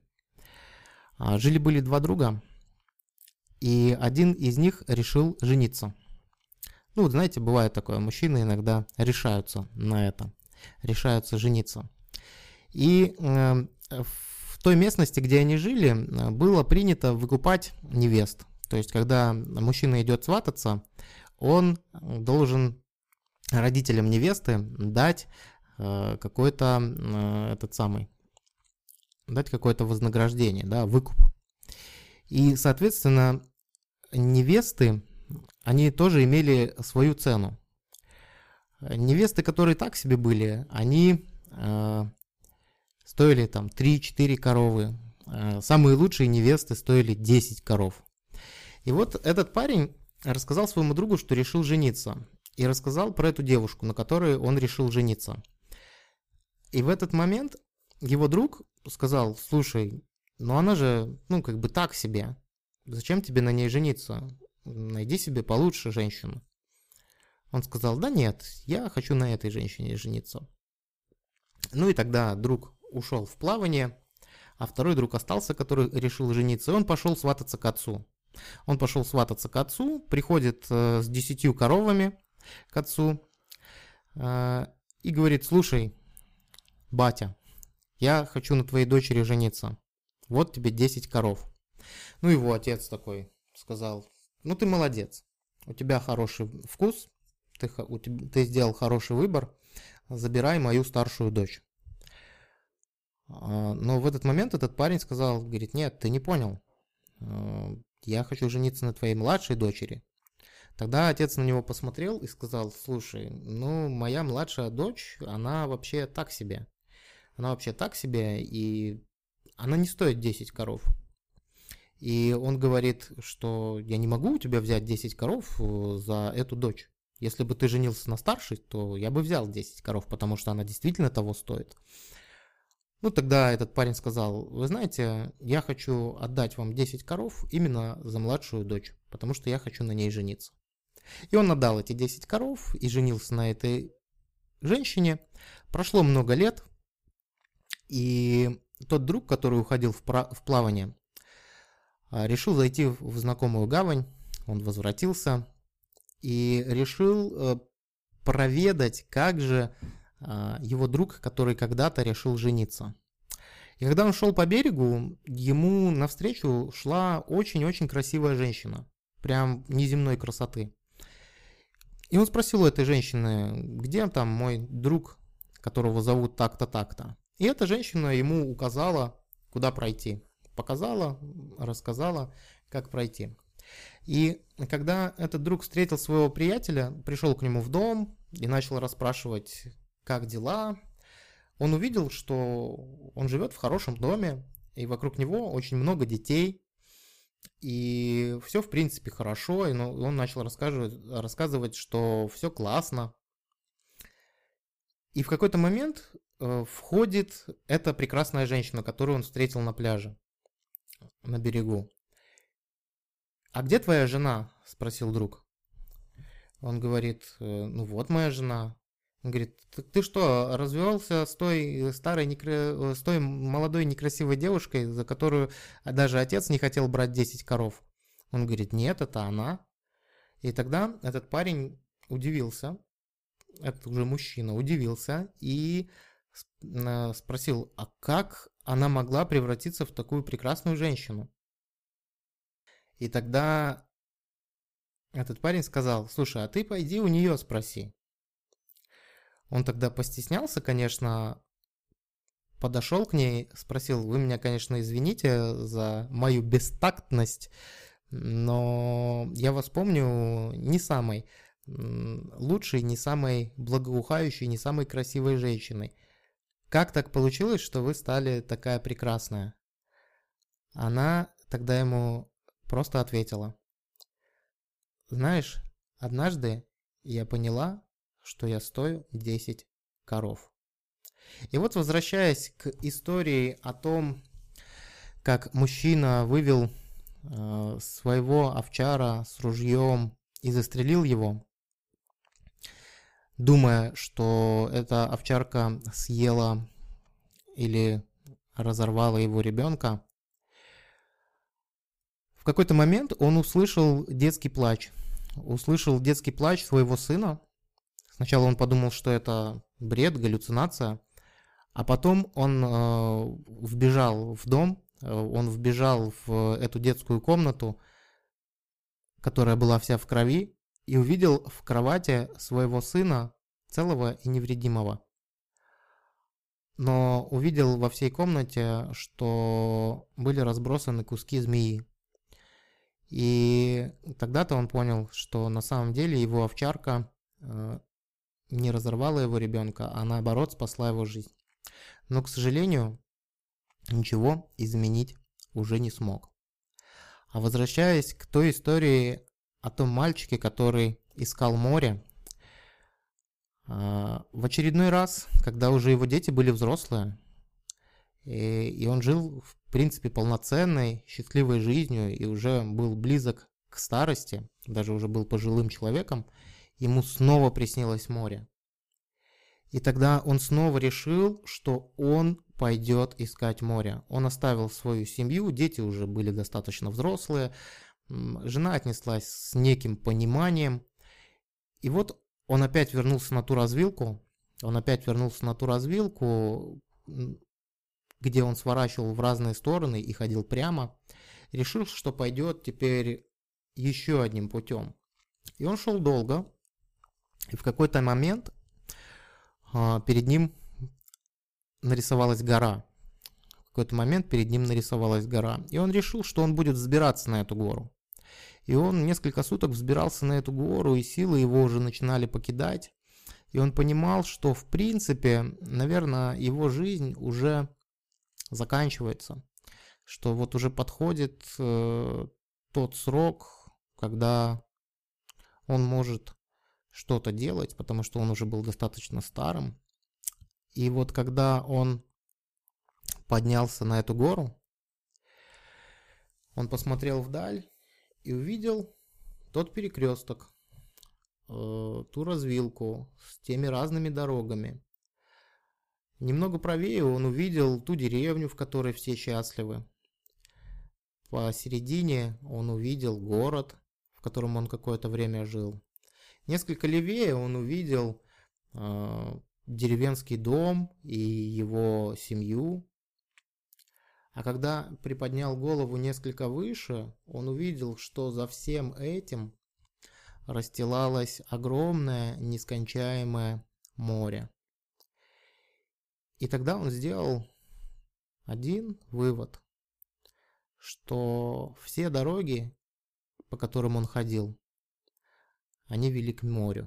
Жили-были два друга, и один из них решил жениться. Ну, вот знаете, бывает такое, мужчины иногда решаются на это, решаются жениться. И э, в той местности, где они жили, было принято выкупать невест. То есть, когда мужчина идет свататься, он должен родителям невесты дать э, какой-то э, этот самый, дать какое-то вознаграждение, да, выкуп. И, соответственно, невесты, они тоже имели свою цену. Невесты, которые так себе были, они э, стоили там три-четыре коровы. Э, самые лучшие невесты стоили десять коров. И вот этот парень рассказал своему другу, что решил жениться. И рассказал про эту девушку, на которой он решил жениться. И в этот момент его друг сказал: слушай, ну она же, ну как бы так себе. Зачем тебе на ней жениться? Найди себе получше женщину. Он сказал: да нет, я хочу на этой женщине жениться. Ну и тогда друг ушел в плавание, а второй друг остался, который решил жениться, и он пошел свататься к отцу. Он пошел свататься к отцу, приходит э, с десятью коровами к отцу э, и говорит: слушай, батя, я хочу на твоей дочери жениться. Вот тебе десять коров. Ну его отец такой сказал: ну ты молодец, у тебя хороший вкус, ты, у тебя, ты сделал хороший выбор, забирай мою старшую дочь. Но в этот момент этот парень сказал, говорит: нет, ты не понял, я хочу жениться на твоей младшей дочери. Тогда отец на него посмотрел и сказал: слушай, ну моя младшая дочь, она вообще так себе. Она вообще так себе, и она не стоит десять коров. И он говорит, что я не могу у тебя взять десять коров за эту дочь. Если бы ты женился на старшей, то я бы взял десять коров, потому что она действительно того стоит. Ну, тогда этот парень сказал: вы знаете, я хочу отдать вам десять коров именно за младшую дочь, потому что я хочу на ней жениться. И он отдал эти десять коров и женился на этой женщине. Прошло много лет, и тот друг, который уходил в, в плавание, решил зайти в знакомую гавань. Он возвратился и решил проведать, как же его друг, который когда-то решил жениться. И когда он шел по берегу, ему навстречу шла очень-очень красивая женщина, прям неземной красоты. И он спросил у этой женщины: где там мой друг, которого зовут так-то, так-то? И эта женщина ему указала, куда пройти. Показала, рассказала, как пройти. И когда этот друг встретил своего приятеля, пришел к нему в дом и начал расспрашивать, как дела, он увидел, что он живет в хорошем доме, и вокруг него очень много детей, и все в принципе хорошо, и он начал рассказывать, рассказывать, что все классно. И в какой-то момент э, входит эта прекрасная женщина, которую он встретил на пляже, на берегу. «А где твоя жена?» – спросил друг. Он говорит: ну вот моя жена. Он говорит: ты что, развелся с той старой, некра... с той молодой некрасивой девушкой, за которую даже отец не хотел брать десять коров? Он говорит: нет, это она. И тогда этот парень удивился, это уже мужчина, удивился и спросил: а как она могла превратиться в такую прекрасную женщину? И тогда этот парень сказал: слушай, а ты пойди у нее спроси. Он тогда постеснялся, конечно, подошел к ней, спросил: вы меня, конечно, извините за мою бестактность, но я вас помню не самой лучшей, не самой благоухающей, не самой красивой женщиной. Как так получилось, что вы стали такая прекрасная? Она тогда ему просто ответила: знаешь, однажды я поняла, что я стою десять коров. И вот, возвращаясь к истории о том, как мужчина вывел э, своего овчара с ружьем и застрелил его, думая, что эта овчарка съела или разорвала его ребенка, в какой-то момент он услышал детский плач. услышал детский плач своего сына. Сначала он подумал, что это бред, галлюцинация, а потом он э, вбежал в дом, э, он вбежал в эту детскую комнату, которая была вся в крови, и увидел в кровати своего сына целого и невредимого. Но увидел во всей комнате, что были разбросаны куски змеи. И тогда-то он понял, что на самом деле его овчарка э, не разорвала его ребенка, а наоборот спасла его жизнь. Но, к сожалению, ничего изменить уже не смог. А возвращаясь к той истории о том мальчике, который искал море, в очередной раз, когда уже его дети были взрослые, и, и он жил, в принципе, полноценной, счастливой жизнью и уже был близок к старости, даже уже был пожилым человеком, ему снова приснилось море. И тогда он снова решил, что он пойдет искать море. Он оставил свою семью, дети уже были достаточно взрослые, жена отнеслась с неким пониманием. И вот он опять вернулся на ту развилку, он опять вернулся на ту развилку, где он сворачивал в разные стороны и ходил прямо, решил, что пойдет теперь еще одним путем. И он шел долго, и в какой-то момент перед ним нарисовалась гора. В какой-то момент перед ним нарисовалась гора. И он решил, что он будет взбираться на эту гору. И он несколько суток взбирался на эту гору, и силы его уже начинали покидать. И он понимал, что в принципе, наверное, его жизнь уже заканчивается. Что вот уже подходит э, тот срок, когда он может что-то делать, потому что он уже был достаточно старым. И вот когда он поднялся на эту гору, он посмотрел вдаль и увидел тот перекресток, э, ту развилку с теми разными дорогами. Немного правее он увидел ту деревню, в которой все счастливы. Посередине он увидел город, в котором он какое-то время жил. Несколько левее он увидел э, деревенский дом и его семью. А когда приподнял голову несколько выше, он увидел, что за всем этим расстилалось огромное, нескончаемое море. И тогда он сделал один вывод, что все дороги, по которым он ходил, они вели к морю.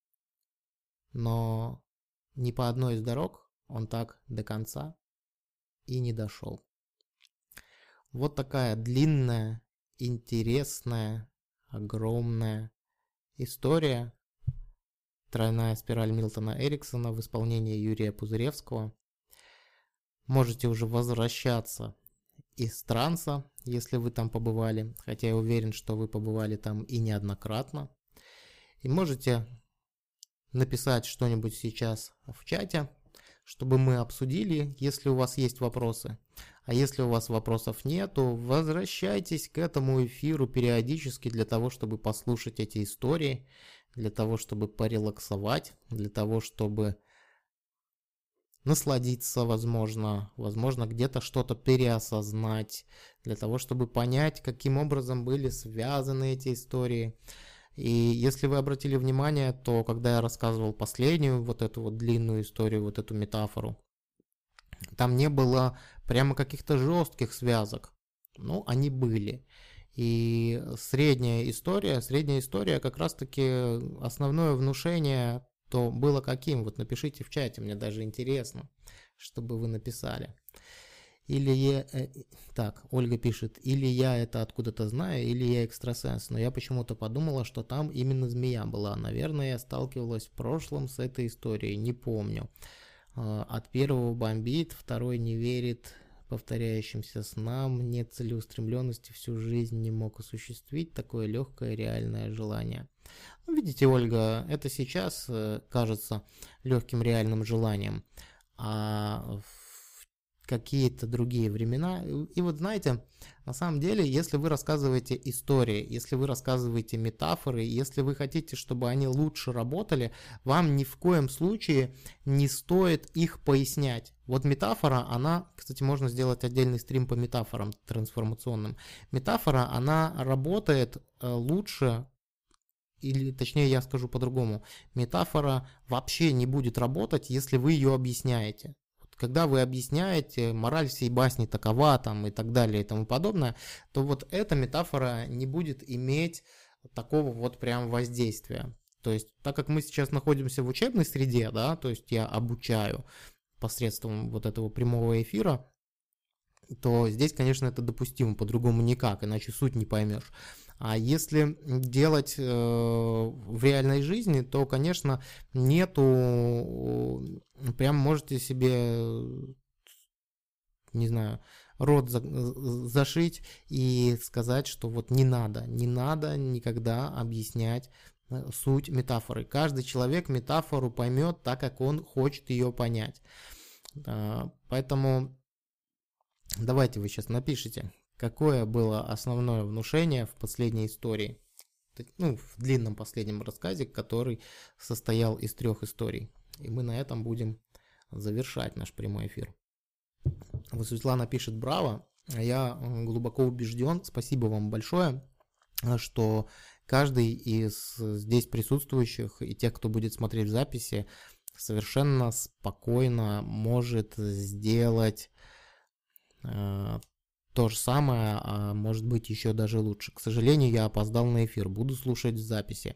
Но ни по одной из дорог он так до конца и не дошел. Вот такая длинная, интересная, огромная история. Тройная спираль Милтона Эриксона в исполнении Юрия Пузыревского. Можете уже возвращаться из транса, если вы там побывали, хотя я уверен, что вы побывали там и неоднократно. И можете написать что-нибудь сейчас в чате, чтобы мы обсудили, если у вас есть вопросы. А если у вас вопросов нету, возвращайтесь к этому эфиру периодически для того, чтобы послушать эти истории, для того, чтобы порелаксовать, для того, чтобы насладиться, возможно, возможно, где-то что-то переосознать, для того, чтобы понять, каким образом были связаны эти истории. И если вы обратили внимание, то когда я рассказывал последнюю вот эту вот длинную историю, вот эту метафору, там не было прямо каких-то жестких связок. Ну, они были. И средняя история, средняя история как раз-таки основное внушение то было каким? Вот напишите в чате, мне даже интересно, чтобы вы написали. Или я... Так, Ольга пишет, или я это откуда-то знаю, или я экстрасенс. Но я почему-то подумала, что там именно змея была. Наверное, я сталкивалась в прошлом с этой историей, не помню. От первого бомбит, второй не верит повторяющимся снам, нет целеустремленности, всю жизнь не мог осуществить такое легкое реальное желание. Ну, видите, Ольга, это сейчас кажется легким реальным желанием, а в какие-то другие времена. И вот знаете, на самом деле, если вы рассказываете истории, если вы рассказываете метафоры, если вы хотите, чтобы они лучше работали, вам ни в коем случае не стоит их пояснять. Вот метафора, она, кстати, можно сделать отдельный стрим по метафорам трансформационным. Метафора, она работает лучше, или точнее я скажу по-другому, метафора вообще не будет работать, если вы ее объясняете. Когда вы объясняете, мораль всей басни такова, там, и так далее, и тому подобное, то вот эта метафора не будет иметь такого вот прям воздействия. То есть, так как мы сейчас находимся в учебной среде, да, то есть я обучаю посредством вот этого прямого эфира, то здесь, конечно, это допустимо, по-другому никак, иначе суть не поймешь. А если делать э, в реальной жизни, то, конечно, нету, прям можете себе, не знаю, рот за, зашить и сказать, что вот не надо, не надо никогда объяснять суть метафоры. Каждый человек метафору поймет так, как он хочет ее понять. Поэтому давайте вы сейчас напишите, какое было основное внушение в последней истории, ну, в длинном последнем рассказе, который состоял из трех историй. И мы на этом будем завершать наш прямой эфир. Вот Светлана пишет: браво, я глубоко убежден, спасибо вам большое, что каждый из здесь присутствующих и тех, кто будет смотреть в записи, совершенно спокойно может сделать э, то же самое, а может быть еще даже лучше. К сожалению, я опоздал на эфир, буду слушать в записи.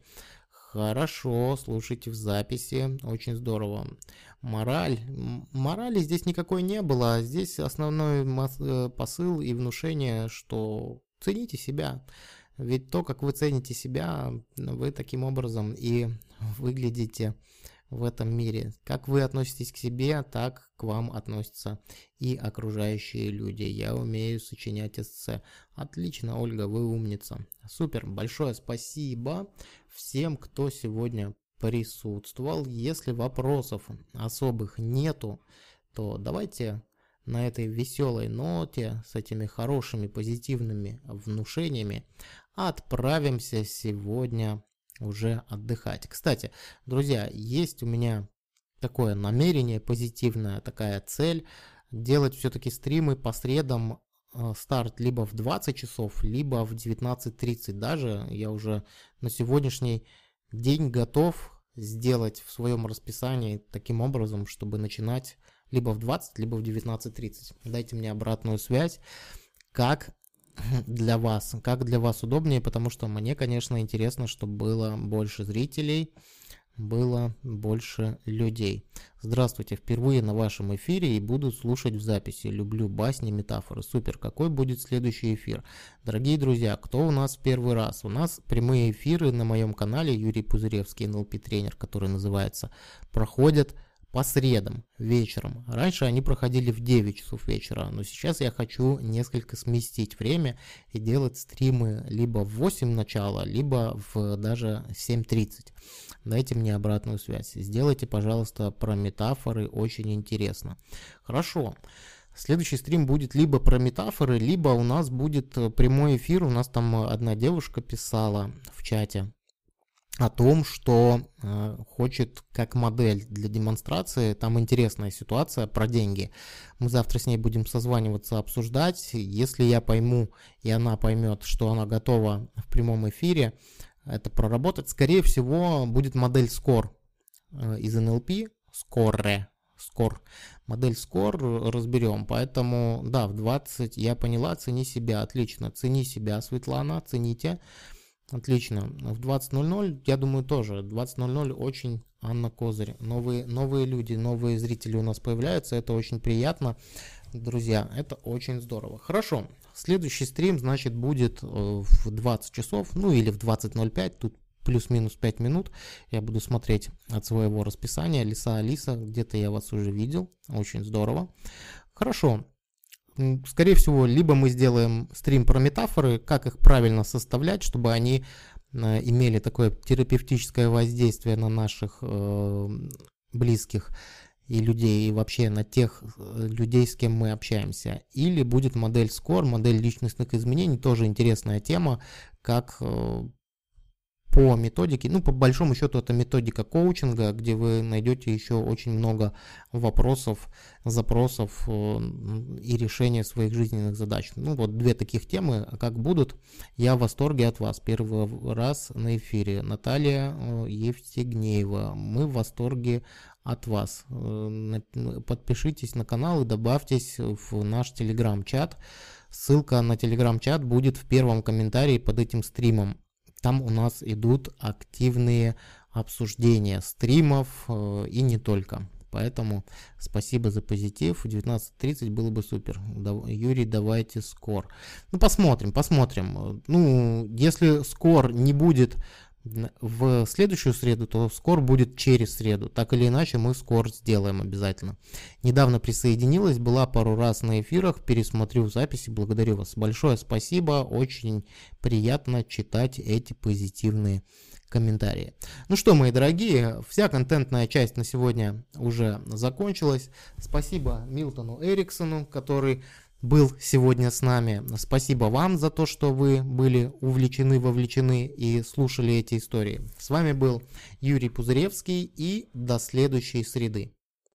Хорошо, слушайте в записи, очень здорово. Мораль. Морали здесь никакой не было. Здесь основной посыл и внушение, что цените себя. Ведь то, как вы цените себя, вы таким образом и выглядите в этом мире. Как вы относитесь к себе, так к вам относятся и окружающие люди. Я умею сочинять эссе. Отлично, Ольга, вы умница. Супер, большое спасибо всем, кто сегодня присутствовал. Если вопросов особых нету, то давайте на этой веселой ноте, с этими хорошими позитивными внушениями отправимся сегодня уже отдыхать. Кстати, друзья, есть у меня такое намерение позитивное, такая цель, делать все-таки стримы по средам, старт либо в двадцать часов, либо в девятнадцать тридцать. Даже я уже на сегодняшний день готов сделать в своем расписании таким образом, чтобы начинать либо в двадцать, либо в девятнадцать тридцать. Дайте мне обратную связь, как для вас, как для вас удобнее, потому что мне, конечно, интересно, чтобы было больше зрителей, было больше людей. Здравствуйте, впервые на вашем эфире и буду слушать в записи. Люблю басни, метафоры. Супер, какой будет следующий эфир? Дорогие друзья, кто у нас в первый раз? У нас прямые эфиры на моем канале Юрий Пузыревский, эн эл пи-тренер, который называется, проходят по средам вечером. Раньше они проходили в девять часов вечера, но сейчас я хочу несколько сместить время и делать стримы либо в восемь начала, либо в даже семь тридцать. Дайте мне обратную связь. Сделайте, пожалуйста, про метафоры, очень интересно. Хорошо. Следующий стрим будет либо про метафоры, либо у нас будет прямой эфир. У нас там одна девушка писала в чате о том, что э, хочет как модель для демонстрации. Там интересная ситуация про деньги. Мы завтра с ней будем созваниваться, обсуждать. Если я пойму и она поймет, что она готова в прямом эфире это проработать, скорее всего будет модель Score э, из эн эл пи. Score. Score. Модель Score разберем. Поэтому, да, в двадцать я поняла, цени себя. Отлично. Цени себя, Светлана, цените. Отлично. В двадцать ноль ноль, я думаю, тоже. двадцать ноль ноль очень Анна Козырь. Новые, новые люди, новые зрители у нас появляются. Это очень приятно. Друзья, это очень здорово. Хорошо. Следующий стрим, значит, будет в двадцать часов, ну или в двадцать ноль пять. Тут плюс-минус пять минут. Я буду смотреть от своего расписания. Лиса Алиса, где-то я вас уже видел. Очень здорово. Хорошо. Скорее всего, либо мы сделаем стрим про метафоры, как их правильно составлять, чтобы они имели такое терапевтическое воздействие на наших э, близких, и людей, и вообще на тех людей, с кем мы общаемся. Или будет модель скор, модель личностных изменений, тоже интересная тема, как по методике, ну, по большому счету, это методика коучинга, где вы найдете еще очень много вопросов, запросов и решения своих жизненных задач. Ну, вот две таких темы, как будут. Я в восторге от вас. Первый раз на эфире. Наталья Евстигнеева. Мы в восторге от вас. Подпишитесь на канал и добавьтесь в наш телеграм-чат. Ссылка на телеграм-чат будет в первом комментарии под этим стримом. Там у нас идут активные обсуждения стримов э, и не только. Поэтому спасибо за позитив. В девятнадцать тридцать было бы супер. Юрий, давайте скор. Ну, посмотрим, посмотрим. Ну, если скор не будет в следующую среду, то скор будет через среду. Так или иначе, мы скор сделаем обязательно. Недавно присоединилась, была пару раз на эфирах, пересмотрю записи. Благодарю вас. Большое спасибо. Очень приятно читать эти позитивные комментарии. Ну что, мои дорогие, вся контентная часть на сегодня уже закончилась. Спасибо Милтону Эриксону, который был сегодня с нами. Спасибо вам за то, что вы были увлечены, вовлечены и слушали эти истории. С вами был Юрий Пузыревский, и до следующей среды.